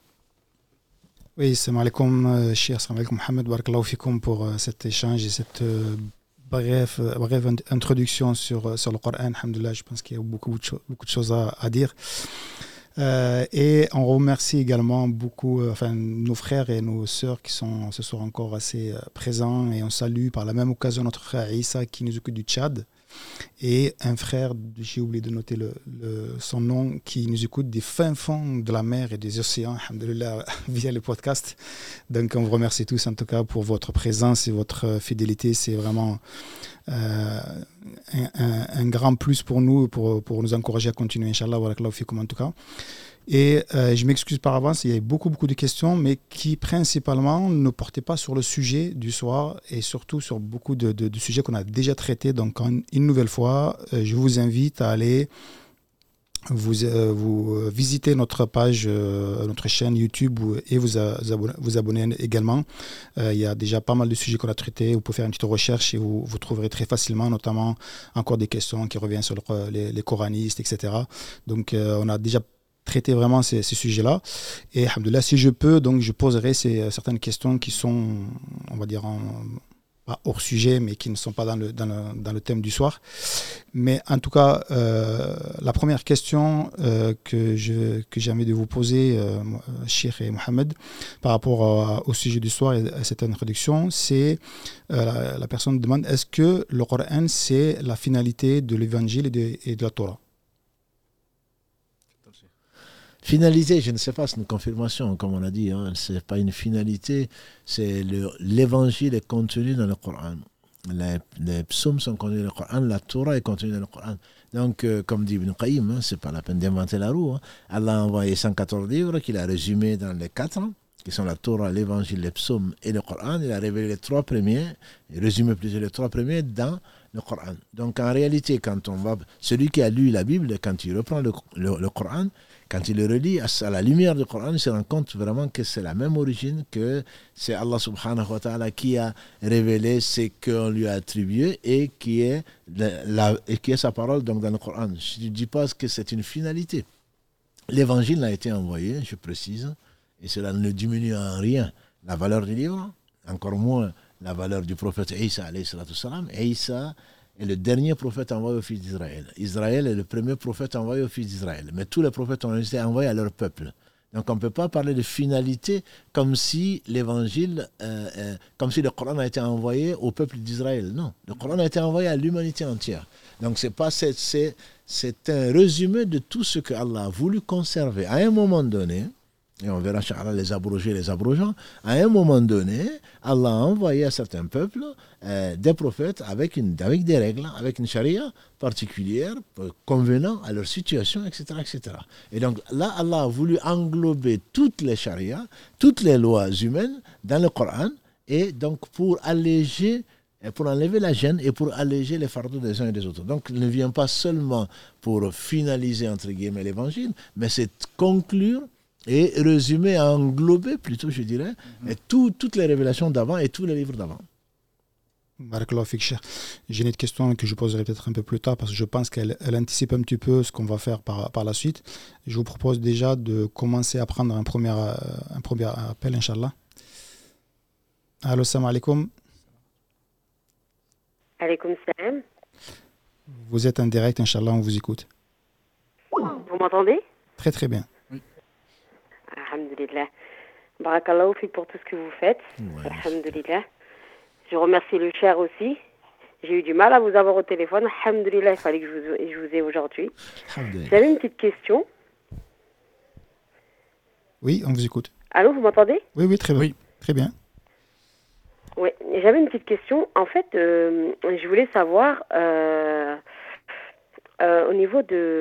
[SPEAKER 3] Oui, salam alaikum, Cheikh, salam alaikum, Mohamed, barakallahu fikum pour cet échange et cette brève introduction sur le Coran. Alhamdulillah, je pense qu'il y a beaucoup de choses à dire. Et on remercie également beaucoup nos frères et nos sœurs qui sont ce soir encore assez présents, et on salue par la même occasion notre frère Issa qui nous occupe du Tchad et un frère, j'ai oublié de noter son nom, qui nous écoute des fins fonds de la mer et des océans, alhamdoulilah, via le podcast. Donc on vous remercie tous en tout cas pour votre présence et votre fidélité. C'est vraiment un grand plus pour nous, pour nous encourager à continuer, Inch'Allah, barakallahu fikum en tout cas. Et je m'excuse par avance, il y a beaucoup de questions, mais qui principalement ne portaient pas sur le sujet du soir et surtout sur beaucoup de sujets qu'on a déjà traités. Donc une nouvelle fois, je vous invite à aller vous visiter notre page, notre chaîne YouTube et vous abonner également. Il y a déjà pas mal de sujets qu'on a traités. Vous pouvez faire une petite recherche et vous trouverez très facilement, notamment encore des questions qui reviennent sur les coranistes, etc. Donc on a déjà traiter vraiment ces sujets-là. Et alhamdoulilah, si je peux, donc je poserai certaines questions qui sont, on va dire, pas hors sujet, mais qui ne sont pas dans le thème du soir. Mais en tout cas, la première question que j'ai envie de vous poser, Cheikh et Mohamed, par rapport au sujet du soir et à cette introduction, c'est la personne demande, est-ce que le Coran, c'est la finalité de l'évangile et de la Torah?
[SPEAKER 2] Finalité, je ne sais pas, c'est une confirmation, comme on a dit. Ce n'est pas une finalité, c'est l'évangile est contenu dans le Coran. Les psaumes sont contenus dans le Coran, la Torah est contenue dans le Coran. Donc, comme dit Ibn Qayyim, ce n'est pas la peine d'inventer la roue. Allah a envoyé 114 livres qu'il a résumés dans les 4 ans, qui sont la Torah, l'évangile, les psaumes et le Coran. Il a révélé les 3 premiers, résumé plusieurs les 3 premiers dans le Coran. Donc, en réalité, celui qui a lu la Bible, quand il reprend le Coran, quand il le relit à la lumière du Coran, il se rend compte vraiment que c'est la même origine, que c'est Allah subhanahu wa ta'ala qui a révélé ce qu'on lui a attribué et qui est sa parole donc, dans le Coran. Je ne dis pas que c'est une finalité. L'évangile a été envoyé, je précise, et cela ne diminue en rien la valeur du livre, encore moins la valeur du prophète Isa alayhi salatu salam. Et Isa est le dernier prophète envoyé aux fils d'Israël. Israël est le premier prophète envoyé aux fils d'Israël. Mais tous les prophètes ont été envoyés à leur peuple. Donc on ne peut pas parler de finalité comme si l'évangile, comme si le Coran a été envoyé au peuple d'Israël. Non, le Coran a été envoyé à l'humanité entière. Donc c'est un résumé de tout ce que Allah a voulu conserver. À un moment donné, et on verra Inch'Allah les abrogés, les abrogeants. À un moment donné, Allah a envoyé à certains peuples des prophètes avec des règles, avec une charia particulière, convenant à leur situation, etc., etc. Et donc là, Allah a voulu englober toutes les charias, toutes les lois humaines dans le Coran, et donc pour alléger, pour enlever la gêne et pour alléger les fardeaux des uns et des autres. Donc il ne vient pas seulement pour finaliser, entre guillemets, l'évangile, mais c'est conclure et résumer, englober plutôt, je dirais, et toutes les révélations d'avant et tous les livres d'avant.
[SPEAKER 3] Barakallahu fik, Cheikh. J'ai une autre question que je poserai peut-être un peu plus tard parce que je pense qu'elle anticipe un petit peu ce qu'on va faire par la suite. Je vous propose déjà de commencer à prendre un premier appel, Inch'Allah. Allô, salam alaikum.
[SPEAKER 4] Alaikum salam.
[SPEAKER 3] Vous êtes en direct, Inch'Allah, on vous écoute.
[SPEAKER 4] Vous m'entendez?
[SPEAKER 3] Très très bien.
[SPEAKER 4] Alhamdulillah. Barakallahu fik pour tout ce que vous faites.
[SPEAKER 2] Ouais.
[SPEAKER 4] Alhamdulillah. Je remercie le cher aussi. J'ai eu du mal à vous avoir au téléphone. Alhamdulillah, il fallait que je vous ai aujourd'hui. J'avais une petite question.
[SPEAKER 3] Oui, on vous écoute.
[SPEAKER 4] Allô, vous m'entendez?
[SPEAKER 3] Oui, très bien.
[SPEAKER 1] Oui.
[SPEAKER 3] Très bien.
[SPEAKER 4] Oui, j'avais une petite question. En fait, je voulais savoir au niveau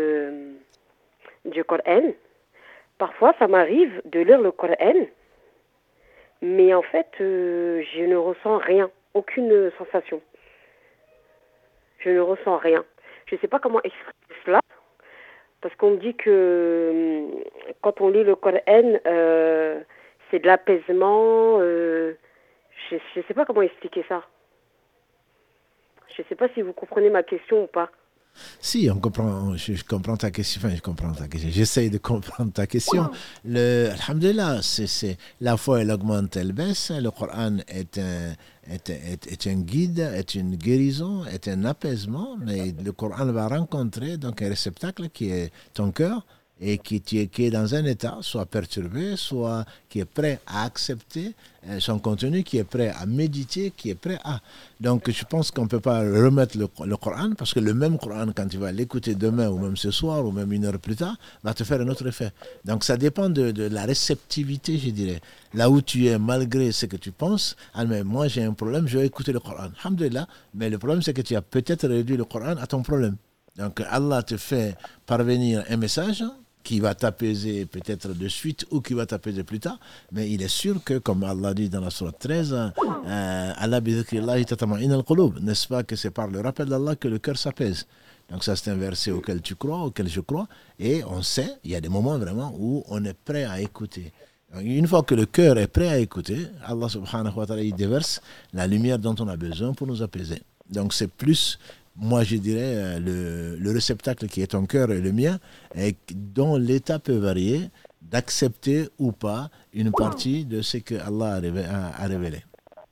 [SPEAKER 4] du Coran. Parfois, ça m'arrive de lire le Coran, mais en fait, je ne ressens rien, aucune sensation. Je ne ressens rien. Je ne sais pas comment expliquer cela, parce qu'on me dit que quand on lit le Coran, c'est de l'apaisement. Je ne sais pas comment expliquer ça. Je ne sais pas si vous comprenez ma question ou pas.
[SPEAKER 2] Si, on comprend, je comprends ta question, enfin je comprends ta question, j'essaye de comprendre ta question. Alhamdulillah, la foi elle augmente, elle baisse, le Coran est un guide, est une guérison, est un apaisement, mais le Coran va rencontrer donc un réceptacle qui est ton cœur et qui est dans un état soit perturbé, soit qui est prêt à accepter son contenu, qui est prêt à méditer, qui est prêt à... Donc je pense qu'on ne peut pas remettre le Coran, parce que le même Coran, quand tu vas l'écouter demain, ou même ce soir, ou même une heure plus tard, va te faire un autre effet. Donc ça dépend de la réceptivité, je dirais. Là où tu es, malgré ce que tu penses, ah mais moi j'ai un problème, je vais écouter le Coran. Alhamdulillah, mais le problème c'est que tu as peut-être réduit le Coran à ton problème. Donc Allah te fait parvenir un message qui va t'apaiser peut-être de suite ou qui va t'apaiser plus tard, mais il est sûr que, comme Allah dit dans la sourate 13, Allah bi dhikrillahi tatma'innu al-qulub, n'est-ce pas que c'est par le rappel d'Allah que le cœur s'apaise. Donc ça c'est un verset auquel tu crois, auquel je crois, et on sait, il y a des moments vraiment où on est prêt à écouter. Donc, une fois que le cœur est prêt à écouter, Allah subhanahu wa ta'ala il déverse la lumière dont on a besoin pour nous apaiser. Donc c'est plus... Moi, je dirais le réceptacle qui est ton cœur et le mien, et dont l'état peut varier d'accepter ou pas une partie de ce que Allah a révélé.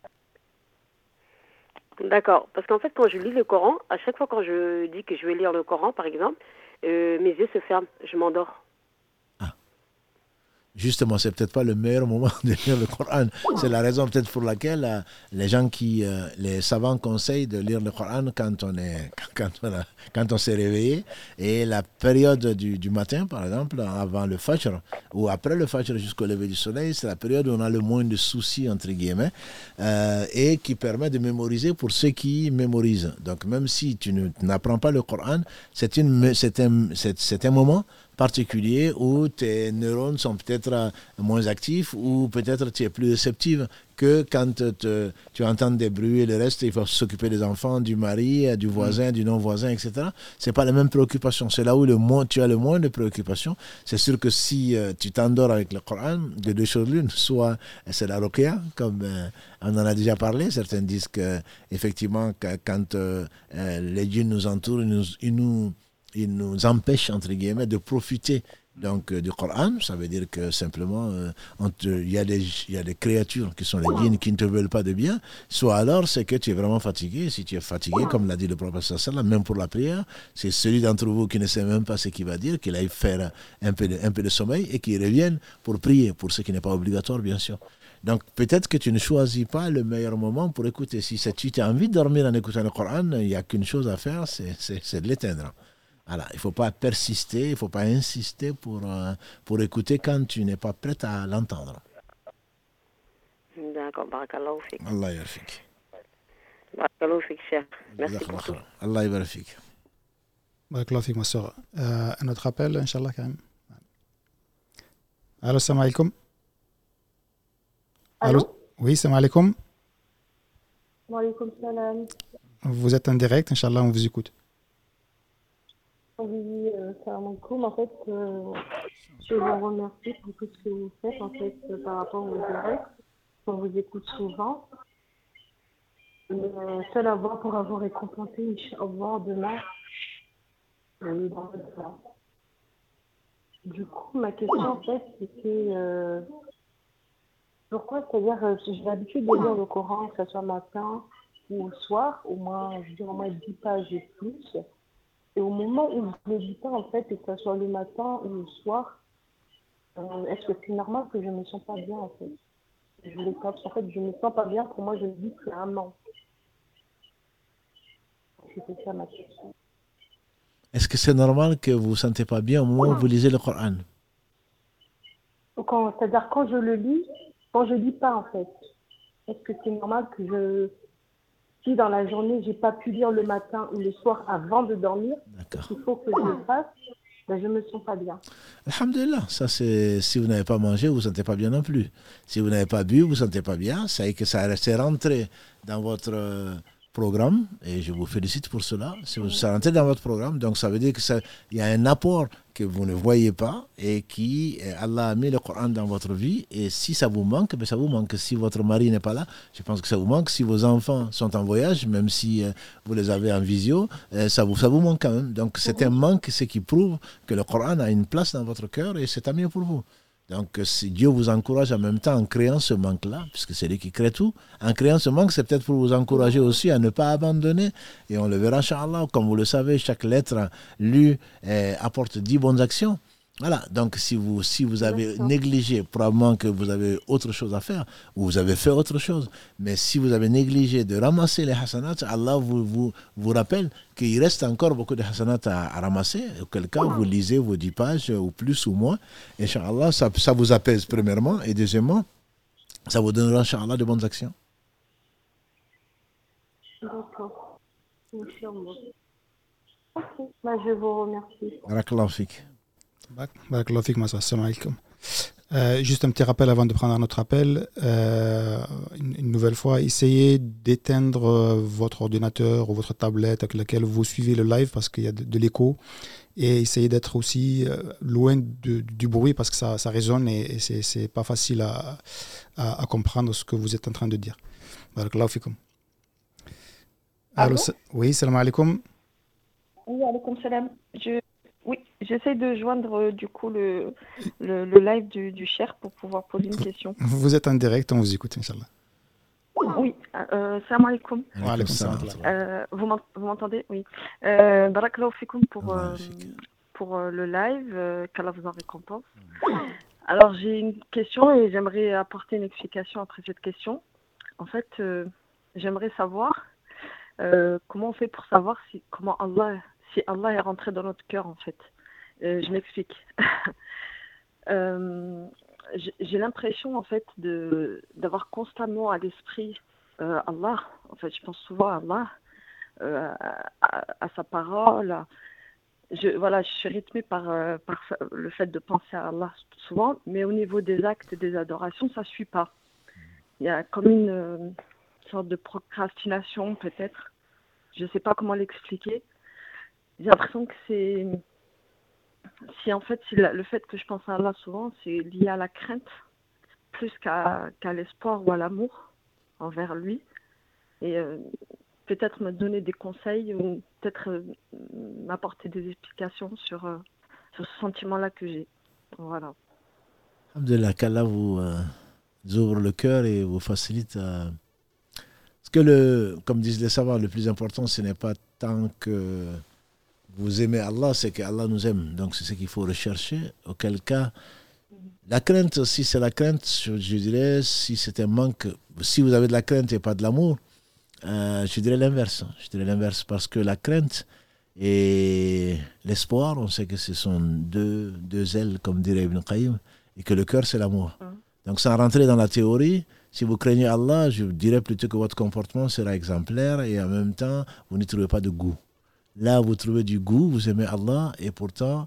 [SPEAKER 4] D'accord. Parce qu'en fait, quand je lis le Coran, à chaque fois quand je dis que je vais lire le Coran, par exemple, mes yeux se ferment, je m'endors.
[SPEAKER 2] Justement, c'est peut-être pas le meilleur moment de lire le Coran. C'est la raison peut-être pour laquelle les gens les savants conseillent de lire le Coran quand on s'est réveillé. Et la période du matin, par exemple, avant le Fajr, ou après le Fajr jusqu'au lever du soleil, c'est la période où on a le moins de soucis, entre guillemets, et qui permet de mémoriser pour ceux qui mémorisent. Donc, même si tu n'apprends pas le Coran, c'est un moment particulier où tes neurones sont peut-être moins actifs ou peut-être tu es plus réceptive que quand tu entends des bruits et le reste, il faut s'occuper des enfants, du mari, du voisin, du non-voisin, etc. Ce n'est pas les mêmes préoccupations. C'est là où tu as le moins de préoccupations. C'est sûr que si tu t'endors avec le Coran, de deux choses l'une, soit c'est la ruqya, comme on en a déjà parlé. Certains disent qu'effectivement, quand les djinns nous entourent, il nous empêche, entre guillemets, de profiter donc, du Coran. Ça veut dire que simplement, il y a des créatures qui sont les djinns qui ne te veulent pas de bien. Soit alors, c'est que tu es vraiment fatigué. Si tu es fatigué, comme l'a dit le prophète sallallahu, même pour la prière, c'est celui d'entre vous qui ne sait même pas ce qu'il va dire, qu'il aille faire un peu de sommeil et qu'il revienne pour prier, pour ce qui n'est pas obligatoire, bien sûr. Donc peut-être que tu ne choisis pas le meilleur moment pour écouter. Si tu as envie de dormir en écoutant le Coran, il n'y a qu'une chose à faire, c'est de l'éteindre. Voilà, il ne faut pas persister, il ne faut pas insister pour écouter quand tu n'es pas prête à l'entendre.
[SPEAKER 4] D'accord, barakallahu fik.
[SPEAKER 2] Allah yarfik.
[SPEAKER 4] Barakallahu fik, cher. Merci pour tout.
[SPEAKER 2] Allah yarfik.
[SPEAKER 3] Barakallahu fik, ma soeur. Un autre appel, Inch'Allah, Karim. Allô, salam alaikum.
[SPEAKER 5] Allô?
[SPEAKER 3] Oui, salam alaikum.
[SPEAKER 5] Wa alaikum salam.
[SPEAKER 3] Vous êtes en direct, Inch'Allah, on vous écoute.
[SPEAKER 5] Oui, salam alaikum. En fait, je vous remercie pour tout ce que vous faites, en fait, par rapport au direct. On vous écoute souvent. Seul à voir pour avoir récompensé, Inch'Allah, demain, dans le plan. Du coup, ma question, en fait, c'était pourquoi, c'est-à-dire, j'ai l'habitude de lire le Coran, que ce soit matin ou au soir, au moins, je dirais au moins 10 pages et plus. Et au moment où je ne le lis pas, en fait, et que ce soit le matin ou le soir, est-ce que c'est normal que je ne me sens pas bien, en fait? Je voulais pas, en fait, je ne me sens pas bien, pour moi, je me dis que c'est un manque. C'était ça ma question.
[SPEAKER 2] Est-ce que c'est normal que vous ne vous sentez pas bien au moment où vous lisez le Coran?
[SPEAKER 5] C'est-à-dire quand je le lis, quand je lis pas en fait, est-ce que c'est normal que si dans la journée j'ai pas pu lire le matin ou le soir avant de dormir, il faut que je le fasse, ben je me sens pas bien.
[SPEAKER 2] Alhamdulillah, ça c'est si vous n'avez pas mangé, vous ne vous sentez pas bien non plus. Si vous n'avez pas bu, vous ne vous sentez pas bien, ça y est que c'est rentré dans votre programme et je vous félicite pour cela. Si vous êtes rentré dans votre programme, donc ça veut dire qu'il y a un apport que vous ne voyez pas et qui Allah a mis le Coran dans votre vie et si ça vous manque, ben ça vous manque. Si votre mari n'est pas là, je pense que ça vous manque. Si vos enfants sont en voyage, même si vous les avez en visio, ça vous manque quand même. Donc c'est un manque, ce qui prouve que le Coran a une place dans votre cœur et c'est tant mieux pour vous. Donc, si Dieu vous encourage en même temps en créant ce manque-là, puisque c'est lui qui crée tout, en créant ce manque, c'est peut-être pour vous encourager aussi à ne pas abandonner. Et on le verra, Inch'Allah, comme vous le savez, chaque lettre lue apporte 10 bonnes actions. Voilà, donc si vous avez négligé, probablement que vous avez autre chose à faire, ou vous avez fait autre chose, mais si vous avez négligé de ramasser les hasanats, Allah vous rappelle qu'il reste encore beaucoup de hasanats à ramasser, auquel cas vous lisez vos 10 pages, ou plus ou moins, et Inch'Allah, ça vous apaise premièrement, et deuxièmement, ça vous donnera Inch'Allah de bonnes actions.
[SPEAKER 5] D'accord. Inch'Allah. Ok, je vous remercie.
[SPEAKER 2] Barakallahu fik.
[SPEAKER 3] Barakallahu fik, assalamu alaikum. Juste un petit rappel avant de prendre un autre appel. Une nouvelle fois, essayez d'éteindre votre ordinateur ou votre tablette avec laquelle vous suivez le live parce qu'il y a de l'écho. Et essayez d'être aussi loin du bruit parce que ça résonne et c'est pas facile à comprendre ce que vous êtes en train de dire. Barakallahu fikum. Oui, salam alaikum.
[SPEAKER 5] Oui, alaikum salam. Oui, j'essaie de joindre du coup le live du cher pour pouvoir poser une question.
[SPEAKER 3] Vous êtes en direct, on vous écoute, Inch'Allah.
[SPEAKER 5] Oui, salam alaikum.
[SPEAKER 3] Wa alaikum salam.
[SPEAKER 5] Vous m'entendez? Oui. Barakallahu fikoum pour le live, qu'Allah vous en récompense. Alors j'ai une question et j'aimerais apporter une explication après cette question. En fait, j'aimerais savoir comment on fait pour savoir si Allah est rentré dans notre cœur, en fait. Je m'explique. J'ai l'impression, en fait, d'avoir constamment à l'esprit Allah. En fait, je pense souvent à Allah, à sa parole. Je suis rythmée par le fait de penser à Allah souvent, mais au niveau des actes et des adorations, ça ne suit pas. Il y a comme une sorte de procrastination, peut-être. Je ne sais pas comment l'expliquer. J'ai l'impression que si le fait que je pense à Allah souvent, c'est lié à la crainte, plus qu'à l'espoir ou à l'amour envers lui. Et peut-être me donner des conseils ou peut-être m'apporter des explications sur ce sentiment-là que j'ai. Voilà.
[SPEAKER 2] Alhamdulillah, qu'Allah vous ouvre le cœur et vous facilite. Parce que, comme disent les savants, le plus important, ce n'est pas tant que vous aimez Allah, c'est qu'Allah nous aime. Donc c'est ce qu'il faut rechercher. Auquel cas, la crainte, si c'est la crainte, je dirais, si c'est un manque, si vous avez de la crainte et pas de l'amour, je dirais l'inverse. Je dirais l'inverse parce que la crainte Et l'espoir, on sait que ce sont deux ailes, comme dirait Ibn Qayyim, et que le cœur, c'est l'amour. Donc, sans rentrer dans la théorie, si vous craignez Allah, je dirais plutôt que votre comportement sera exemplaire et en même temps, vous n'y trouvez pas de goût. Là, vous trouvez du goût, vous aimez Allah et pourtant,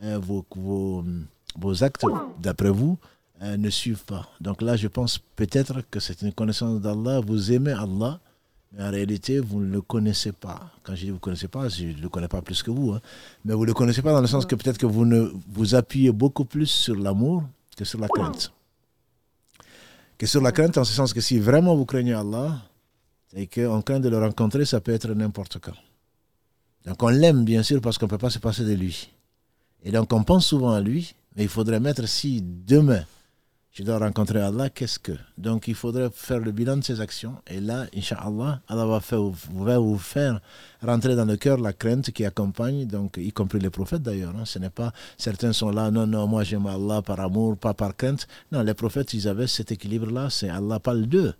[SPEAKER 2] vos actes, d'après vous, ne suivent pas. Donc là, je pense peut-être que c'est une connaissance d'Allah, vous aimez Allah, mais en réalité, vous ne le connaissez pas. Quand je dis vous ne connaissez pas, je ne le connais pas plus que vous, hein. Mais vous ne le connaissez pas dans le sens que peut-être que vous appuyez beaucoup plus sur l'amour que sur la crainte. Que sur la crainte, en ce sens que si vraiment vous craignez Allah, et qu'en craint de le rencontrer, ça peut être n'importe quand. Donc on l'aime bien sûr parce qu'on ne peut pas se passer de lui. Et donc on pense souvent à lui, mais il faudrait mettre si demain je dois rencontrer Allah, qu'est-ce que? Donc il faudrait faire le bilan de ses actions. Et là, Inch'Allah, Allah va vous faire rentrer dans le cœur la crainte qui accompagne, donc, y compris les prophètes d'ailleurs. Hein. Ce n'est pas, certains sont là, non, moi j'aime Allah par amour, pas par crainte. Non, les prophètes, ils avaient cet équilibre-là, c'est Allah parle d'eux.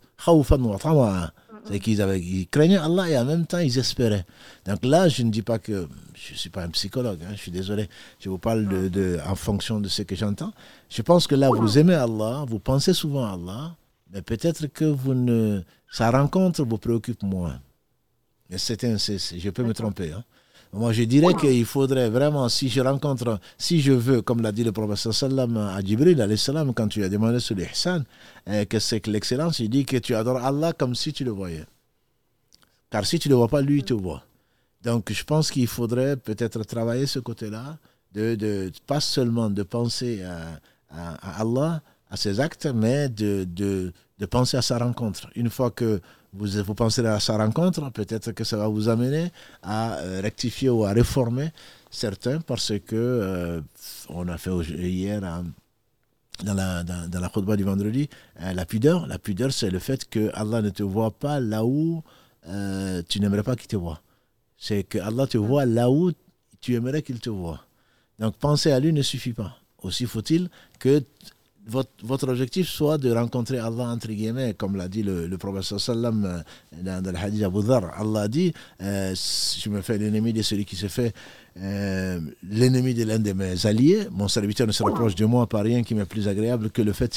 [SPEAKER 2] C'est ils craignaient Allah et en même temps ils espéraient. Donc là, je ne dis pas que je ne suis pas un psychologue, hein, je suis désolé, je vous parle en fonction de ce que j'entends. Je pense que là, vous aimez Allah, vous pensez souvent à Allah, mais peut-être que sa rencontre vous préoccupe moins. Mais je peux me tromper. Hein. Moi, je dirais qu'il faudrait vraiment, si je veux, comme l'a dit le prophète sallam à Jibril, alayhi salam, quand tu lui as demandé sur l'ihsan, que c'est que l'excellence, il dit que tu adores Allah comme si tu le voyais. Car si tu ne le vois pas, lui, il te voit. Donc, je pense qu'il faudrait peut-être travailler ce côté-là, pas seulement de penser à Allah, à ses actes, mais de penser à sa rencontre. Une fois que vous penserez à sa rencontre, peut-être que ça va vous amener à rectifier ou à réformer certains, parce que on a fait hier dans la khutbah du vendredi, la pudeur. La pudeur, c'est le fait que Allah ne te voit pas là où tu n'aimerais pas qu'il te voie. C'est que Allah te voit là où tu aimerais qu'il te voie. Donc penser à lui ne suffit pas. Aussi faut-il que votre objectif soit de rencontrer Allah, entre guillemets, comme l'a dit le prophète sallam dans le hadith Abu Dhar. Allah a dit, je me fais l'ennemi de celui qui se fait l'ennemi de l'un de mes alliés. Mon serviteur ne se rapproche de moi par rien qui m'est plus agréable que le fait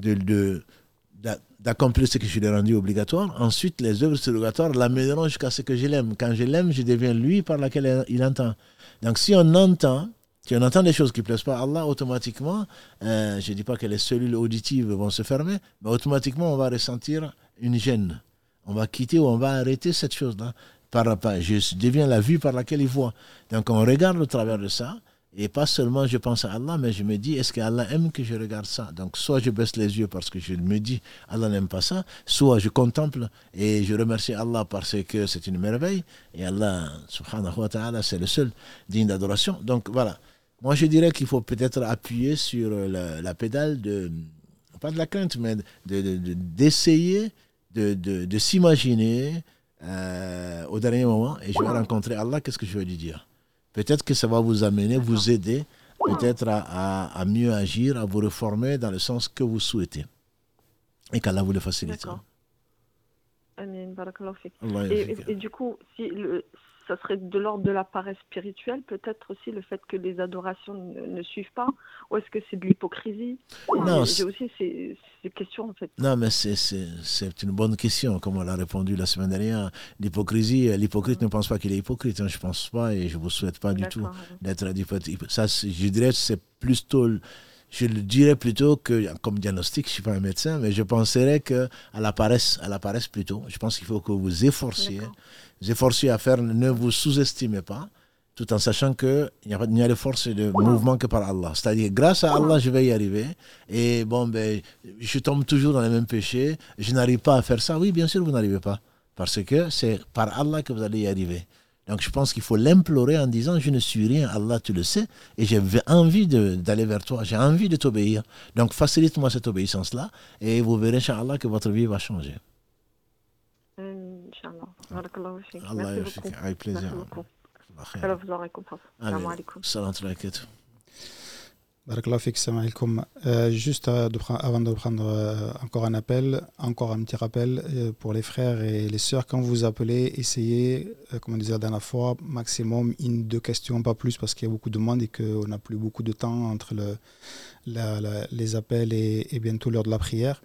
[SPEAKER 2] d'accomplir ce que je lui ai rendu obligatoire. Ensuite, les œuvres surrogatoires l'amèneront jusqu'à ce que je l'aime. Quand je l'aime, je deviens lui par laquelle il entend. Donc si on entend des choses qui ne plaisent pas à Allah, automatiquement, je ne dis pas que les cellules auditives vont se fermer, mais automatiquement, on va ressentir une gêne. On va quitter ou on va arrêter cette chose-là. Je deviens la vue par laquelle il voit. Donc, on regarde au travers de ça, et pas seulement je pense à Allah, mais je me dis, est-ce qu'Allah aime que je regarde ça? Donc, soit je baisse les yeux parce que je me dis, Allah n'aime pas ça, soit je contemple et je remercie Allah parce que c'est une merveille, et Allah, subhanahu wa ta'ala, c'est le seul digne d'adoration. Donc, voilà. Moi, je dirais qu'il faut peut-être appuyer sur la pédale pas de la crainte, mais d'essayer de s'imaginer au dernier moment, et je vais rencontrer Allah, qu'est-ce que je vais lui dire? Peut-être que ça va vous amener, vous aider, peut-être à mieux agir, à vous reformer dans le sens que vous souhaitez. Et qu'Allah vous le facilite.
[SPEAKER 5] D'accord. Amin, barakallahu fik.
[SPEAKER 2] Allah
[SPEAKER 5] Et du coup, ça serait de l'ordre de la paresse spirituelle, peut-être aussi le fait que les adorations ne suivent pas, ou est-ce que c'est de l'hypocrisie?
[SPEAKER 2] Non,
[SPEAKER 5] j'ai aussi ces questions en fait.
[SPEAKER 2] Non, mais c'est une bonne question, comme on l'a répondu la semaine dernière. L'hypocrite ne pense pas qu'il est hypocrite, hein, je ne pense pas, et je ne vous souhaite pas du tout d'être hypocrite. Ça, je dirais que c'est plutôt... Je le dirais plutôt que, comme diagnostic, je ne suis pas un médecin, mais je penserais à la paresse plutôt. Je pense qu'il faut que vous efforciez à faire, ne vous sous-estimez pas, tout en sachant qu'il n'y a de force et de mouvement que par Allah. C'est-à-dire, grâce à Allah, je vais y arriver. Et bon, je tombe toujours dans les mêmes péchés. Je n'arrive pas à faire ça. Oui, bien sûr, vous n'arrivez pas. Parce que c'est par Allah que vous allez y arriver. Donc je pense qu'il faut l'implorer en disant, je ne suis rien, Allah tu le sais, et j'ai envie d'aller vers toi, j'ai envie de t'obéir. Donc facilite-moi cette obéissance-là, et vous verrez, Inch'Allah, que votre vie va changer.
[SPEAKER 5] Inch'Allah. Barakallahu fik.
[SPEAKER 2] Allah
[SPEAKER 5] Merci beaucoup.
[SPEAKER 2] avec plaisir.
[SPEAKER 5] Allah vous en récompense. Salam alaikum.
[SPEAKER 2] Salam alaikum.
[SPEAKER 3] Barakallahu fik, salam alaikum. Juste avant de prendre encore un appel, encore un petit rappel pour les frères et les sœurs, quand vous appelez, essayez, comme on disait la dernière fois, maximum 1-2 questions, pas plus, parce qu'il y a beaucoup de monde et qu'on n'a plus beaucoup de temps entre les appels et bientôt l'heure de la prière.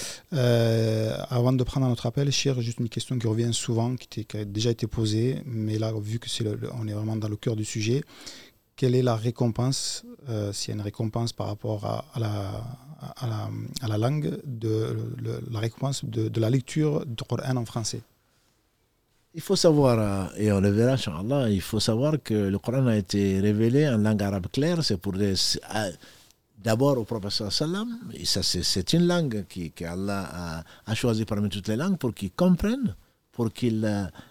[SPEAKER 3] Avant de prendre notre appel, Cheikh, juste une question qui revient souvent, qui a déjà été posée, mais là, vu que on est vraiment dans le cœur du sujet, quelle est la récompense, s'il y a une récompense par rapport à la langue, la récompense de la lecture du Coran en français?
[SPEAKER 2] Il faut savoir, et on le verra, Inch'Allah, il faut savoir que le Coran a été révélé en langue arabe claire. C'est pour d'abord au prophète sallam, et ça c'est une langue qu'Allah a choisie parmi toutes les langues pour qu'il comprenne, pour qu'il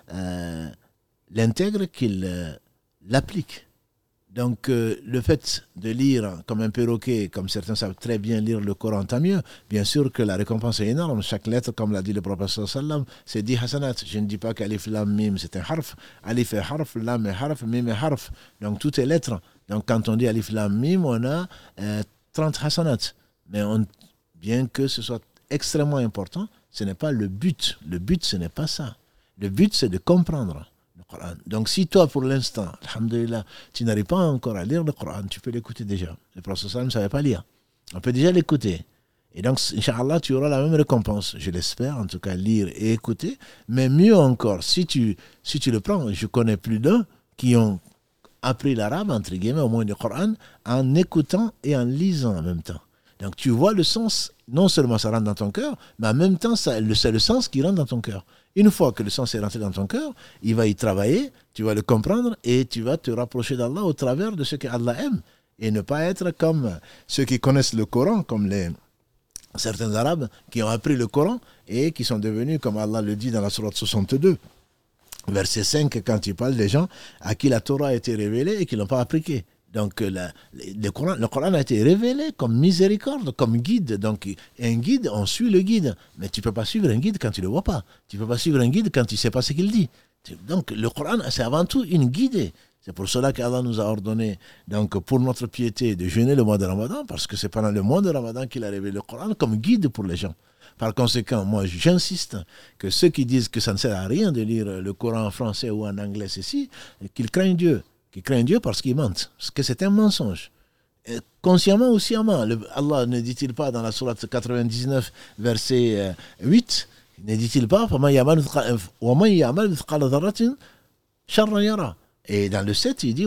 [SPEAKER 2] l'intègre, qu'il l'applique. Donc le fait de lire comme un perroquet, comme certains savent très bien lire le Coran, tant mieux. Bien sûr que la récompense est énorme. Chaque lettre, comme l'a dit le prophète sallam, c'est 10 hasanat. Je ne dis pas qu'alif lam mim c'est un harf. Alif est harf, lam est harf, mim est harf. Donc tout est lettre. Donc quand on dit alif lam mim, on a 30 hasanat. Mais bien que ce soit extrêmement important, ce n'est pas le but. Le but, ce n'est pas ça. Le but, c'est de comprendre. Donc si toi pour l'instant, alhamdoulilah, tu n'arrives pas encore à lire le Coran, tu peux l'écouter déjà. Le prophète sallam ne savait pas lire. On peut déjà l'écouter. Et donc, Inch'Allah, tu auras la même récompense. Je l'espère, en tout cas, lire et écouter. Mais mieux encore, si tu le prends, je connais plus d'un qui ont appris l'arabe, entre guillemets, au moins le Coran, en écoutant et en lisant en même temps. Donc tu vois le sens, non seulement ça rentre dans ton cœur, mais en même temps, c'est le sens qui rentre dans ton cœur. Une fois que le sens est rentré dans ton cœur, il va y travailler, tu vas le comprendre et tu vas te rapprocher d'Allah au travers de ce qu'Allah aime. Et ne pas être comme ceux qui connaissent le Coran, comme certains Arabes qui ont appris le Coran et qui sont devenus, comme Allah le dit dans la sourate 62, verset 5, quand il parle des gens à qui la Torah a été révélée et qui ne l'ont pas appliquée. Donc le Coran a été révélé comme miséricorde, comme guide. Donc un guide, on suit le guide. Mais tu ne peux pas suivre un guide quand tu ne le vois pas. Tu ne peux pas suivre un guide quand tu ne sais pas ce qu'il dit. Donc le Coran, c'est avant tout une guidée. C'est pour cela qu'Allah nous a ordonné, donc, pour notre piété, de jeûner le mois de Ramadan, parce que c'est pendant le mois de Ramadan qu'il a révélé le Coran comme guide pour les gens. Par conséquent, moi j'insiste que ceux qui disent que ça ne sert à rien de lire le Coran en français ou en anglais, ceci, qu'ils craignent Dieu. Qui craignent Dieu parce qu'ils mentent, parce que c'est un mensonge. Consciemment ou sciemment, Allah ne dit-il pas dans la sourate 99, verset 8, ne dit-il pas et dans le 7, il dit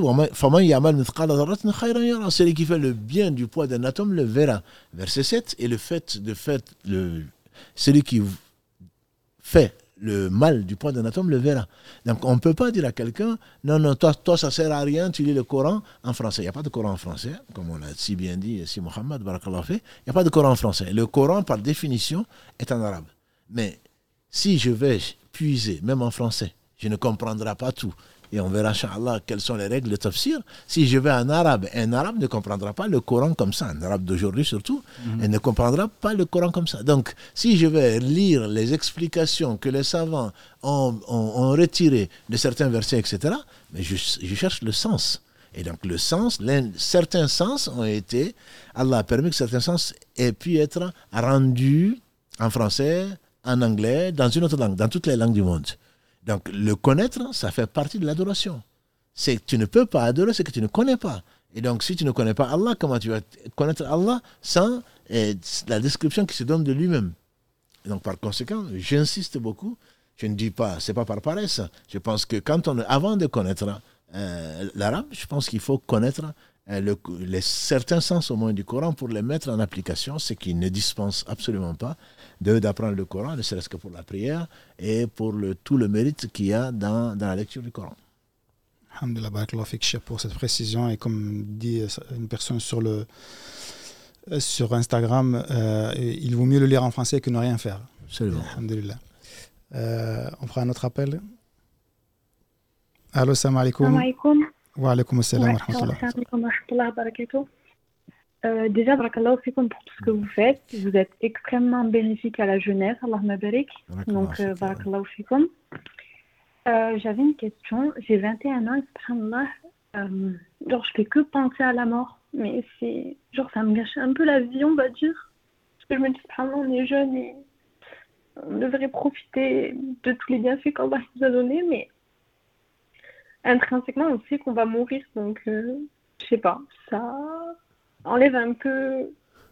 [SPEAKER 2] celui qui fait le bien du poids d'un atome le verra. Verset 7, et celui qui fait le mal du poids d'un atome le verra. Donc on ne peut pas dire à quelqu'un non, toi ça ne sert à rien, tu lis le Coran en français. Il n'y a pas de Coran en français, comme on l'a si bien dit ici Mohammed, barakallahu fi. Il n'y a pas de Coran en français. Le Coran, par définition, est en arabe. Mais si je vais puiser, même en français, je ne comprendrai pas tout. Et on verra, Inch'Allah, quelles sont les règles de tafsir. Si je vais en arabe, un arabe ne comprendra pas le Coran comme ça. Un arabe d'aujourd'hui surtout, il ne comprendra pas le Coran comme ça. Donc, si je vais lire les explications que les savants ont retirées de certains versets, etc., mais je cherche le sens. Et donc, le sens, certains sens ont été, Allah a permis que certains sens aient pu être rendus en français, en anglais, dans une autre langue, dans toutes les langues du monde. Donc, le connaître, ça fait partie de l'adoration. C'est que tu ne peux pas adorer ce que tu ne connais pas. Et donc, si tu ne connais pas Allah, comment tu vas connaître Allah sans la description qui se donne de lui-même? Et donc, par conséquent, j'insiste beaucoup. Je ne dis pas, c'est pas par paresse. Je pense que avant de connaître l'arabe, je pense qu'il faut connaître certains sens au moins du Coran pour les mettre en application, ce qui ne dispense absolument pas d'apprendre le Coran, ne serait-ce que pour la prière et pour tout le mérite qu'il y a dans la lecture du Coran.
[SPEAKER 3] Alhamdulillah, barakallahu fik, Cheikh, pour cette précision. Et comme dit une personne sur Instagram, il vaut mieux le lire en français que ne rien faire.
[SPEAKER 2] Absolument.
[SPEAKER 3] Alhamdulillah. On prend un autre appel. Allô, salam alaikum.
[SPEAKER 6] Salam alaikum.
[SPEAKER 3] Wa alaikum assalam wa rahmatullah.
[SPEAKER 6] Salam alaikum wa rahmatullah wa barakatuh. Déjà, barakallahu fikum pour tout ce que vous faites. Vous êtes extrêmement bénéfique à la jeunesse. Allahumma barik. Donc, barakallahu fikum. J'avais une question. J'ai 21 ans et subhanallah, genre, je fais que penser à la mort. Mais c'est, genre, ça me gâche un peu la vie, on va dire. Parce que je me dis, vraiment, on est jeunes et on devrait profiter de tous les bienfaits qu'Allah nous a donnés, mais intrinsèquement, on sait qu'on va mourir. Donc, je sais pas, ça enlève un peu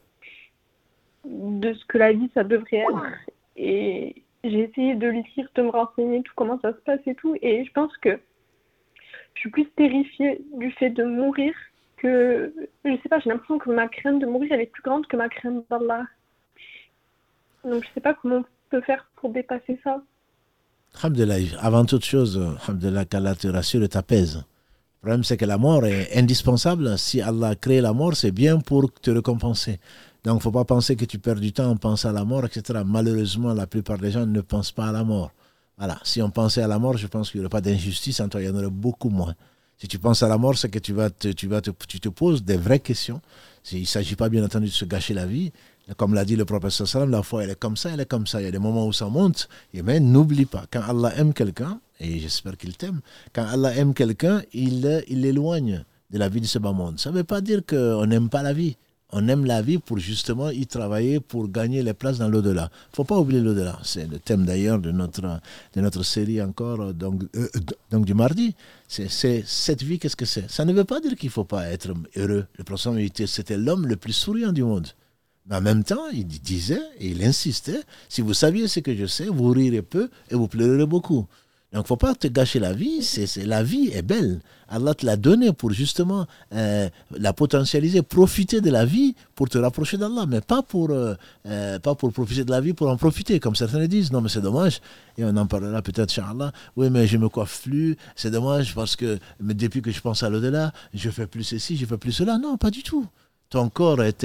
[SPEAKER 6] de ce que la vie, ça devrait être. Et j'ai essayé de lire, de me renseigner, tout comment ça se passe et tout. Et je pense que je suis plus terrifiée du fait de mourir que... Je sais pas, j'ai l'impression que ma crainte de mourir, elle est plus grande que ma crainte d'Allah. Donc je sais pas comment on peut faire pour dépasser ça.
[SPEAKER 2] Alhamdulillah, avant toute chose, alhamdulillah, qu'Allah te rassure et t'apaise. Le problème, c'est que la mort est indispensable. Si Allah a créé la mort, c'est bien pour te récompenser. Donc, il ne faut pas penser que tu perds du temps en pensant à la mort, etc. Malheureusement, la plupart des gens ne pensent pas à la mort. Voilà. Si on pensait à la mort, je pense qu'il n'y aurait pas d'injustice en toi, il y en aurait beaucoup moins. Si tu penses à la mort, c'est que tu te poses des vraies questions. Il ne s'agit pas, bien entendu, de se gâcher la vie. Comme l'a dit le prophète sallam, la foi, elle est comme ça, elle est comme ça. Il y a des moments où ça monte. Mais n'oublie pas, quand Allah aime quelqu'un, et j'espère qu'il t'aime, quand Allah aime quelqu'un, il l'éloigne de la vie de ce bas monde. Ça ne veut pas dire qu'on n'aime pas la vie. On aime la vie pour justement y travailler, pour gagner les places dans l'au-delà. Il ne faut pas oublier l'au-delà. C'est le thème d'ailleurs de notre série encore, donc du mardi. C'est cette vie, qu'est-ce que c'est? Ça ne veut pas dire qu'il ne faut pas être heureux. Le prophète, c'était l'homme le plus souriant du monde. Mais en même temps, il disait et il insistait, si vous saviez ce que je sais, vous rirez peu et vous pleurerez beaucoup. Donc, il ne faut pas te gâcher la vie. La vie est belle. Allah te l'a donnée pour justement la potentialiser, profiter de la vie pour te rapprocher d'Allah, mais pas pour profiter de la vie pour en profiter, comme certains le disent. Non, mais c'est dommage. Et on en parlera peut-être, Inch'Allah. Oui, mais je ne me coiffe plus. C'est dommage parce que depuis que je pense à l'au-delà, je ne fais plus ceci, je ne fais plus cela. Non, pas du tout. Ton corps est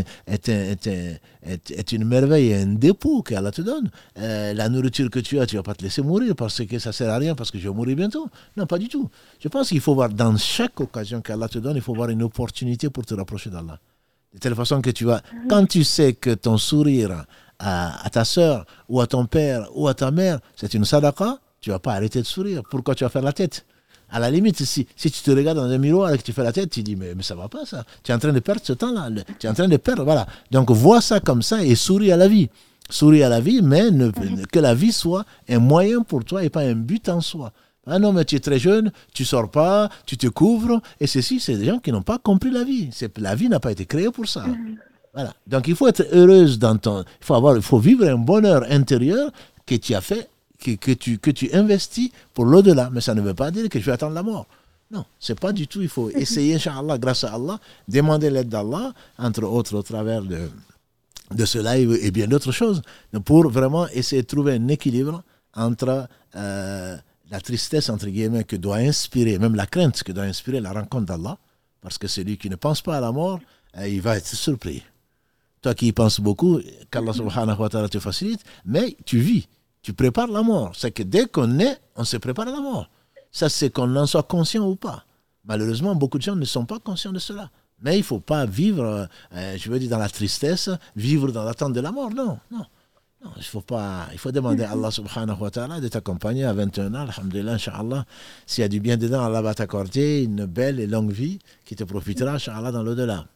[SPEAKER 2] une merveille, un dépôt qu'Allah te donne. La nourriture que tu as, tu ne vas pas te laisser mourir parce que ça ne sert à rien, parce que je vais mourir bientôt. Non, pas du tout. Je pense qu'il faut voir, dans chaque occasion qu'Allah te donne, il faut voir une opportunité pour te rapprocher d'Allah. De telle façon que tu vas, quand tu sais que ton sourire à ta soeur, ou à ton père, ou à ta mère, c'est une sadaqa, tu ne vas pas arrêter de sourire. Pourquoi tu vas faire la tête? À la limite, si tu te regardes dans un miroir et que tu fais la tête, tu dis, mais ça ne va pas ça. Tu es en train de perdre ce temps-là. Tu es en train de perdre, voilà. Donc, vois ça comme ça et souris à la vie. Souris à la vie, mais que la vie soit un moyen pour toi et pas un but en soi. Ah non, mais tu es très jeune, tu ne sors pas, tu te couvres. Et ceci, c'est des gens qui n'ont pas compris la vie. La vie n'a pas été créée pour ça. Voilà. Donc, il faut être heureuse dans il faut vivre un bonheur intérieur que tu as fait. Que tu investis pour l'au-delà, mais ça ne veut pas dire que je vais attendre la mort. Non, c'est pas du tout. Il faut essayer, Inch'Allah, grâce à Allah, demander l'aide d'Allah, entre autres au travers de cela et bien d'autres choses, pour vraiment essayer de trouver un équilibre entre la tristesse, entre guillemets, que doit inspirer, même la crainte que doit inspirer la rencontre d'Allah, parce que celui qui ne pense pas à la mort, il va être surpris. Toi qui y penses beaucoup, qu'Allah subhanahu wa ta'ala te facilite, mais tu vis. Tu prépares la mort. C'est que dès qu'on est, on se prépare à la mort. Ça, c'est qu'on en soit conscient ou pas. Malheureusement, beaucoup de gens ne sont pas conscients de cela. Mais il ne faut pas vivre, dans la tristesse, vivre dans l'attente de la mort. Non. Il faut demander à Allah subhanahu wa ta'ala de t'accompagner à 21 ans, alhamdulillah, incha'Allah. S'il y a du bien dedans, Allah va t'accorder une belle et longue vie qui te profitera, incha'Allah, dans l'au-delà.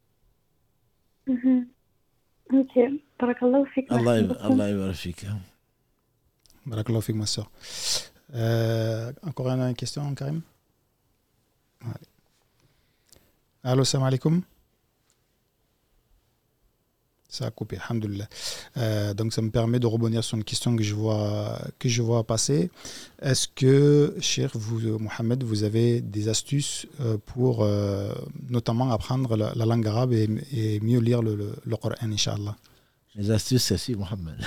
[SPEAKER 6] Ok. Barakallahu fik.
[SPEAKER 2] Allah yabarak.
[SPEAKER 3] Barakallahu fik, ma soeur. Encore une question, Karim? Allez. Allô, salam alaikum. Ça a coupé, alhamdoulilah. Donc ça me permet de rebondir sur une question que je vois passer. Est-ce que, cher Mohamed, vous avez des astuces pour notamment apprendre la langue arabe et mieux lire le Coran, Inch'Allah?
[SPEAKER 2] Les astuces, c'est si, Mohamed.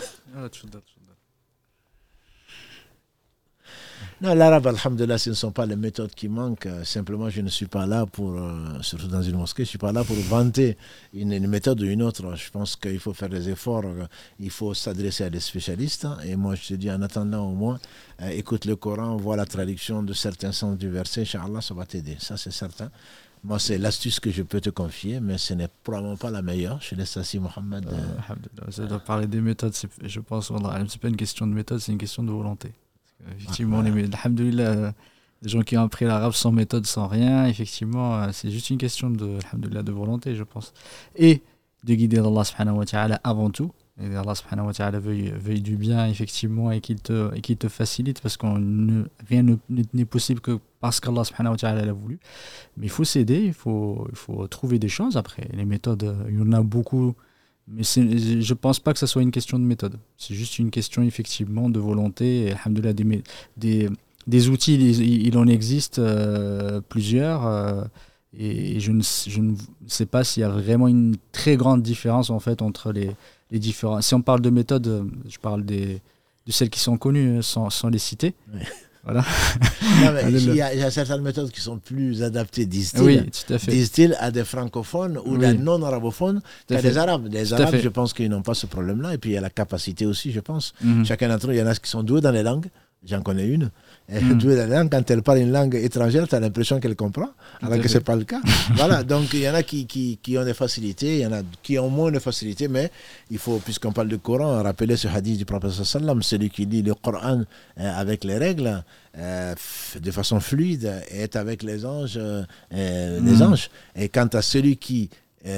[SPEAKER 2] Non, l'arabe, alhamdulillah, ce ne sont pas les méthodes qui manquent. Simplement, je ne suis pas là pour, surtout dans une mosquée, je ne suis pas là pour vanter une méthode ou une autre. Je pense qu'il faut faire des efforts, il faut s'adresser à des spécialistes. Et moi, je te dis, en attendant au moins, écoute le Coran, vois la traduction de certains sens du verset, Inch'Allah, ça va t'aider. Ça, c'est certain. Moi, c'est l'astuce que je peux te confier, mais ce n'est probablement pas la meilleure. Je laisse ainsi Mohamed.
[SPEAKER 1] Ça doit parler des méthodes. Je pense, ce n'est pas une question de méthode, c'est une question de volonté. Effectivement, alhamdoulilah, des gens qui ont appris l'arabe sans méthode, sans rien, effectivement, c'est juste une question de volonté, je pense. Et de guider Allah subhanahu wa ta'ala avant tout. Et Allah subhanahu wa ta'ala veuille du bien, effectivement, et qu'il te facilite, parce que rien n'est possible que parce qu'Allah subhanahu wa ta'ala l'a voulu. Mais il faut s'aider, il faut trouver des choses. Après, les méthodes, il y en a beaucoup, mais je pense pas que ça soit une question de méthode. C'est juste une question, effectivement, de volonté. Et alhamdoulilah, des outils, il en existe plusieurs. Et je ne sais pas s'il y a vraiment une très grande différence, en fait, entre les différents. Si on parle de méthodes, je parle de celles qui sont connues, sans les citer.
[SPEAKER 2] Oui.
[SPEAKER 1] Voilà.
[SPEAKER 2] Non, mais il y a certaines méthodes qui sont plus adaptées, disent-ils,
[SPEAKER 1] oui, tout à fait.
[SPEAKER 2] Disent-ils, à des francophones ou des non-arabophones qu'à des arabes. Les arabes,
[SPEAKER 1] fait.
[SPEAKER 2] je pense qu'ils n'ont pas ce problème-là. Et puis il y a la capacité aussi, je pense.
[SPEAKER 1] Mhm.
[SPEAKER 2] Chacun d'entre eux, il y en a qui sont doués dans les langues. J'en connais une. Douée dans les langues, quand elle parle une langue étrangère, tu as l'impression qu'elle comprend, alors que ce n'est pas le cas. Voilà, donc il y en a qui ont des facilités, il y en a qui ont moins de facilités, mais il faut, puisqu'on parle du Coran, rappeler ce hadith du prophète sallam, celui qui lit le Coran avec les règles, de façon fluide, est avec les anges, Et quant à celui qui...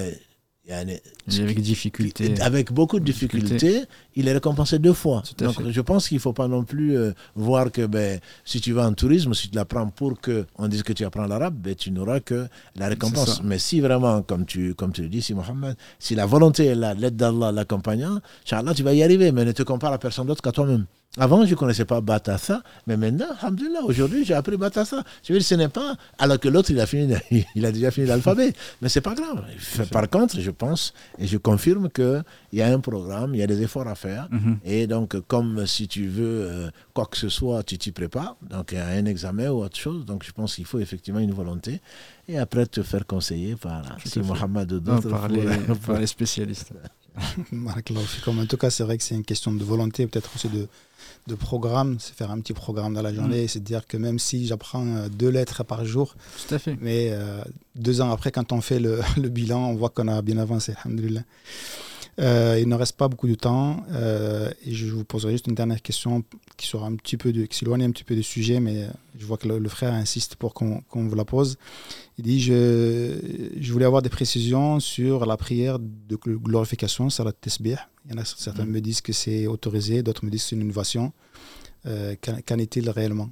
[SPEAKER 2] avec beaucoup de difficultés, il est récompensé 2 fois. Donc je pense qu'il ne faut pas non plus voir que si tu vas en tourisme, si tu l'apprends pour qu'on dise que tu apprends l'arabe, tu n'auras que la récompense. Mais si vraiment, comme tu le dis, si Mohamed, si la volonté est là, l'aide d'Allah l'accompagnant, Inch'Allah, tu vas y arriver, mais ne te compare à personne d'autre qu'à toi-même. Avant, je ne connaissais pas Batassa, mais maintenant, alhamdoulilah, aujourd'hui, j'ai appris Batassa. Je veux dire, ce n'est pas... Alors que l'autre, il a déjà fini l'alphabet. Mais ce n'est pas grave. Par contre, je pense, et je confirme qu'il y a un programme, il y a des efforts à faire. Et donc, comme si tu veux quoi que ce soit, tu t'y prépares. Donc, il y a un examen ou autre chose. Donc, je pense qu'il faut effectivement une volonté. Et après, te faire conseiller par Mohamed ou d'autres.
[SPEAKER 1] Par les spécialistes.
[SPEAKER 3] En tout cas, c'est vrai que c'est une question de volonté, peut-être aussi de programme, c'est faire un petit programme dans la journée, c'est dire que même si j'apprends 2 lettres par jour,
[SPEAKER 1] tout à fait.
[SPEAKER 3] Mais 2 ans après, quand on fait le bilan, on voit qu'on a bien avancé, alhamdoulilah. Il ne reste pas beaucoup de temps et je vous poserai juste une dernière question qui s'éloigne un petit peu du sujet, mais je vois que le frère insiste pour qu'on vous la pose. Il dit je voulais avoir des précisions sur la prière de glorification, salat tasbih. Il y en a certains me disent que c'est autorisé, d'autres me disent que c'est une innovation. Qu'en est-il réellement?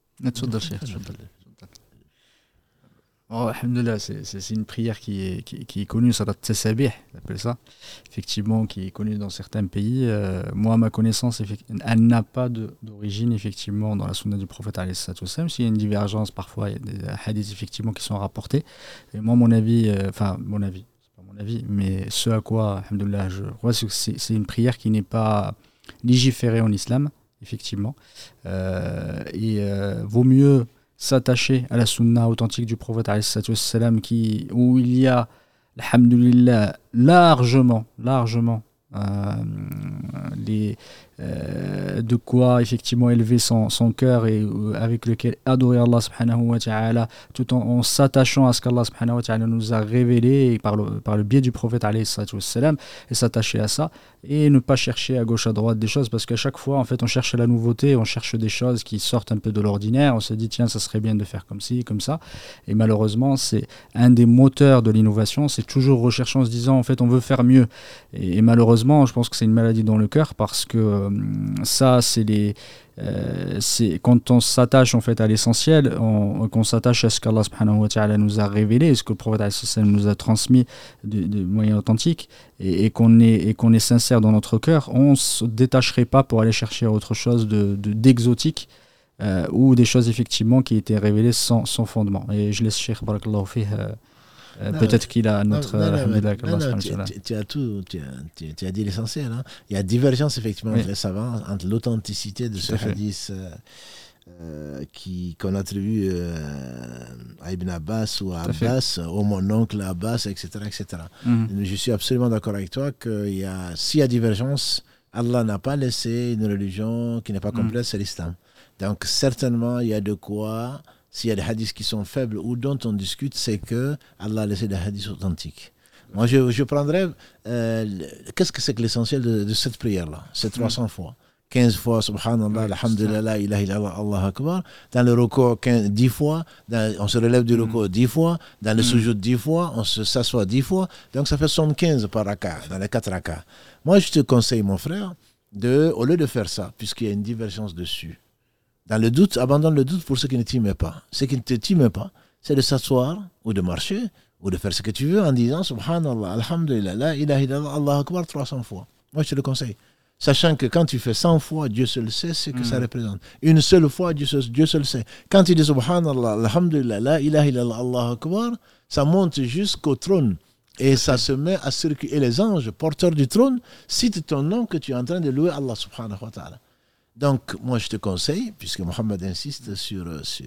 [SPEAKER 1] Alhamdoulilah, c'est une prière qui est connue, salat tasbih, on appelle ça, effectivement, qui est connue dans certains pays. Moi, à ma connaissance, elle n'a pas d'origine, effectivement, dans la sunna du prophète alayhi salatu wassalam. S'il y a une divergence, parfois, il y a des hadiths, effectivement, qui sont rapportés. Et moi, mon avis, c'est pas mon avis, mais ce à quoi, alhamdoulilah, je crois, c'est une prière qui n'est pas légiférée en islam, effectivement. Vaut mieux s'attacher à la sunna authentique du prophète alayhi salatu wassalam, où il y a, alhamdoulilah, largement de quoi effectivement élever son cœur et avec lequel adorer Allah subhanahu wa ta'ala, tout en s'attachant à ce qu'Allah subhanahu wa ta'ala nous a révélé par le biais du prophète alayhi salatu wassalam, et s'attacher à ça et ne pas chercher à gauche à droite des choses, parce qu'à chaque fois en fait on cherche la nouveauté, on cherche des choses qui sortent un peu de l'ordinaire, on se dit tiens ça serait bien de faire comme ci, comme ça, et malheureusement c'est un des moteurs de l'innovation, c'est toujours rechercher en se disant en fait on veut faire mieux, et malheureusement je pense que c'est une maladie dans le cœur, parce que ça c'est quand on s'attache en fait à l'essentiel, qu'on s'attache à ce qu'Allah subhanahu wa ta'ala nous a révélé, ce que le prophète nous a transmis de moyens authentiques, et qu'on est sincère dans notre cœur, on ne se détacherait pas pour aller chercher autre chose d'exotique, ou des choses effectivement qui étaient révélées sans fondement. Et je laisse Cheikh Barakallahu Fih, peut-être qu'il a notre...
[SPEAKER 2] Tu as dit l'essentiel. Hein. Il y a divergence effectivement entre les savants, entre l'authenticité de ce hadith qu'on attribue à Ibn Abbas ou à Abbas, ou mon oncle Abbas, etc. Je suis absolument d'accord avec toi que s'il y a divergence, Allah n'a pas laissé une religion qui n'est pas complète, c'est l'islam. Donc certainement, il y a de quoi... S'il y a des hadiths qui sont faibles ou dont on discute, c'est que Allah a laissé des hadiths authentiques. Moi, je prendrais... qu'est-ce que c'est que l'essentiel de cette prière-là? C'est 300 fois. 15 fois Subhanallah, Alhamdulillah, La ilaha illallah, Allah Akbar. Dans le ruku, 10 fois. On se relève du ruku 10 fois. Dans le sujoud, 10 fois. On s'assoit 10 fois. Donc ça fait 75 par raka, dans les 4 raka. Moi, je te conseille, mon frère, au lieu de faire ça, puisqu'il y a une divergence dessus, dans le doute, abandonne le doute pour ceux qui ne t'y mettent pas. Ceux qui ne t'y mettent pas, c'est de s'asseoir ou de marcher ou de faire ce que tu veux en disant Subhanallah, Alhamdulillah, La ilaha illallah, Allah Akbar 300 fois. Moi, je te le conseille. Sachant que quand tu fais 100 fois, Dieu seul sait ce que ça représente. Une seule fois, Dieu seul sait. Quand tu dis Subhanallah, Alhamdulillah, La ilaha illallah, Allah Akbar, ça monte jusqu'au trône. Et ça se met à circuler. Et les anges, porteurs du trône, citent ton nom que tu es en train de louer Allah subhanahu wa ta'ala. Donc, moi, je te conseille, puisque Mohammed insiste sur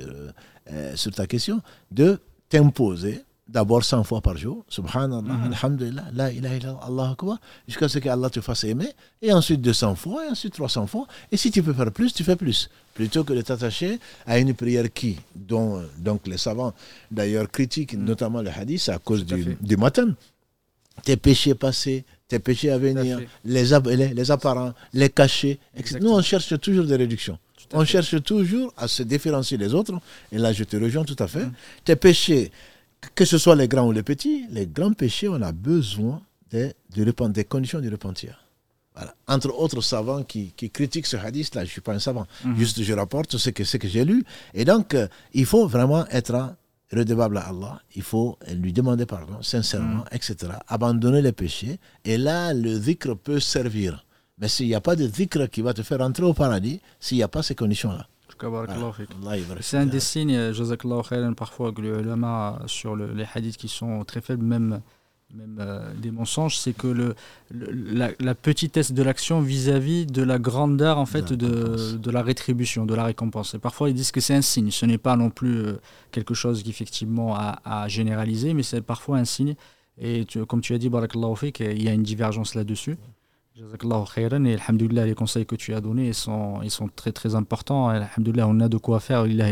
[SPEAKER 2] ta question, de t'imposer d'abord 100 fois par jour, Subhanallah, Alhamdulillah, La ilaha illallah, Allah Akbar, jusqu'à ce qu'Allah te fasse aimer, et ensuite 200 fois, et ensuite 300 fois, et si tu peux faire plus, tu fais plus, plutôt que de t'attacher à une prière dont donc les savants d'ailleurs critiquent notamment le hadith à cause du matin. Tes péchés passés, tes péchés à venir, les apparents, les cachés, etc. Nous on cherche toujours des réductions. On cherche toujours à se différencier des autres, et là je te rejoins tout à fait. Tes péchés, que ce soit les grands ou les petits, les grands péchés, on a besoin des conditions de repentir. Voilà. Entre autres savants qui critiquent ce hadith, là, je ne suis pas un savant, juste je rapporte ce que j'ai lu. Et donc, il faut vraiment être redevable à Allah, il faut lui demander pardon, sincèrement, etc. Abandonner les péchés, et là, le dhikr peut servir. Mais s'il n'y a pas de dhikr qui va te faire entrer au paradis, s'il n'y a pas ces conditions-là.
[SPEAKER 1] C'est un des signes, Jazakallahu khairan, parfois que les ulama sur les hadiths qui sont très faibles, même des mensonges, c'est que la petitesse de l'action vis-à-vis de la grandeur en fait de la rétribution, de la récompense. Et parfois ils disent que c'est un signe, ce n'est pas non plus quelque chose qu'effectivement à généraliser, mais c'est parfois un signe. Et comme tu as dit, Barakallahu fik, il y a une divergence là-dessus. Jazakallahu khairan, et alhamdoulilah, les conseils que tu as donnés ils sont très très importants. Et alhamdoulilah, on a de quoi faire. Il y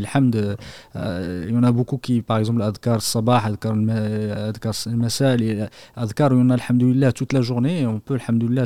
[SPEAKER 1] en a beaucoup qui, par exemple, adkar sabah, adkar al-masa, les adkar, on a alhamdoulilah toute la journée, et on peut alhamdoulilah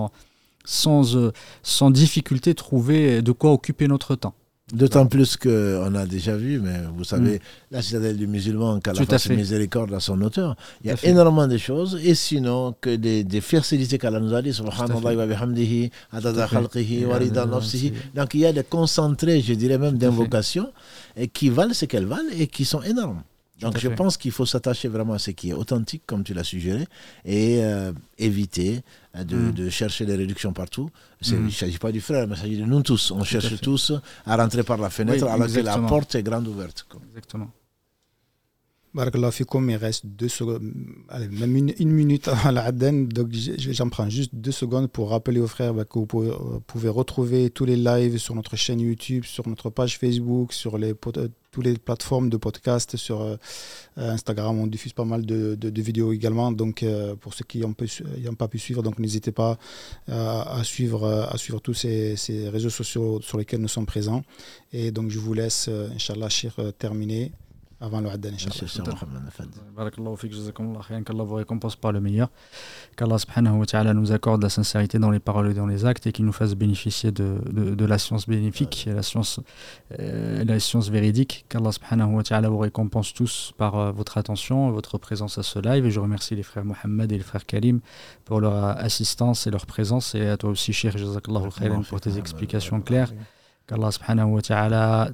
[SPEAKER 1] sans difficulté trouver de quoi occuper notre temps.
[SPEAKER 2] D'autant plus qu'on a déjà vu, mais vous savez, la citadelle du musulman, qu'Allah fasse miséricorde à son auteur, il y a énormément de choses, et sinon que des facilités qu'Allah nous a dit, subhanallah wa bihamdihi, adada khalqihi, warida nafsihi. Donc il y a des concentrés, je dirais même d'invocations, qui valent ce qu'elles valent et qui sont énormes. Donc je pense qu'il faut s'attacher vraiment à ce qui est authentique, comme tu l'as suggéré, et éviter de chercher des réductions partout. Il ne s'agit pas du frère, mais il s'agit de nous tous. On cherche tous à rentrer par la fenêtre alors que la porte est grande ouverte.
[SPEAKER 1] Exactement.
[SPEAKER 3] Barakallahu fikoum, il reste 2 secondes, allez, même une minute à la Aden, donc j'en prends juste 2 secondes pour rappeler aux frères que vous pouvez retrouver tous les lives sur notre chaîne YouTube, sur notre page Facebook, sur toutes les plateformes de podcast, sur Instagram, on diffuse pas mal de vidéos également, donc pour ceux qui n'ont pas pu suivre, donc n'hésitez pas à suivre tous ces réseaux sociaux sur lesquels nous sommes présents, et donc je vous laisse, Inch'Allah, Cheikh, terminer avant le Adhan, Inch'Allah.
[SPEAKER 1] Barakallahu fik, jazakumullah khairan, qu'Allah vous récompense par le meilleur, qu'Allah subhanahu wa ta'ala nous accorde la sincérité dans les paroles et dans les actes, et qu'il nous fasse bénéficier de la science bénéfique et la science véridique, qu'Allah subhanahu wa ta'ala vous récompense tous par votre attention et votre présence à ce live. Et je remercie les frères Mohamed et les frères Karim pour leur assistance et leur présence, et à toi aussi Cheikh, jazakallahu khairan, pour tes explications claires. Qu'Allah subhanahu wa ta'ala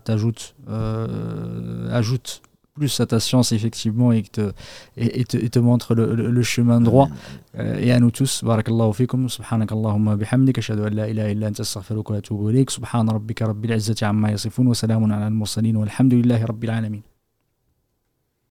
[SPEAKER 1] ajoute plus à ta science effectivement, et te montre le chemin droit, et à nous tous. Barakallahu fikum, subhanakallahumma bihamdika, ashhadu an la ilaha illa anta, astaghfiruka wa atubu ilayk. Subhana rabbika rabbil izzati amma yasifun, wa salamun ala al-mursalin, walhamdulillahi rabbil alamin.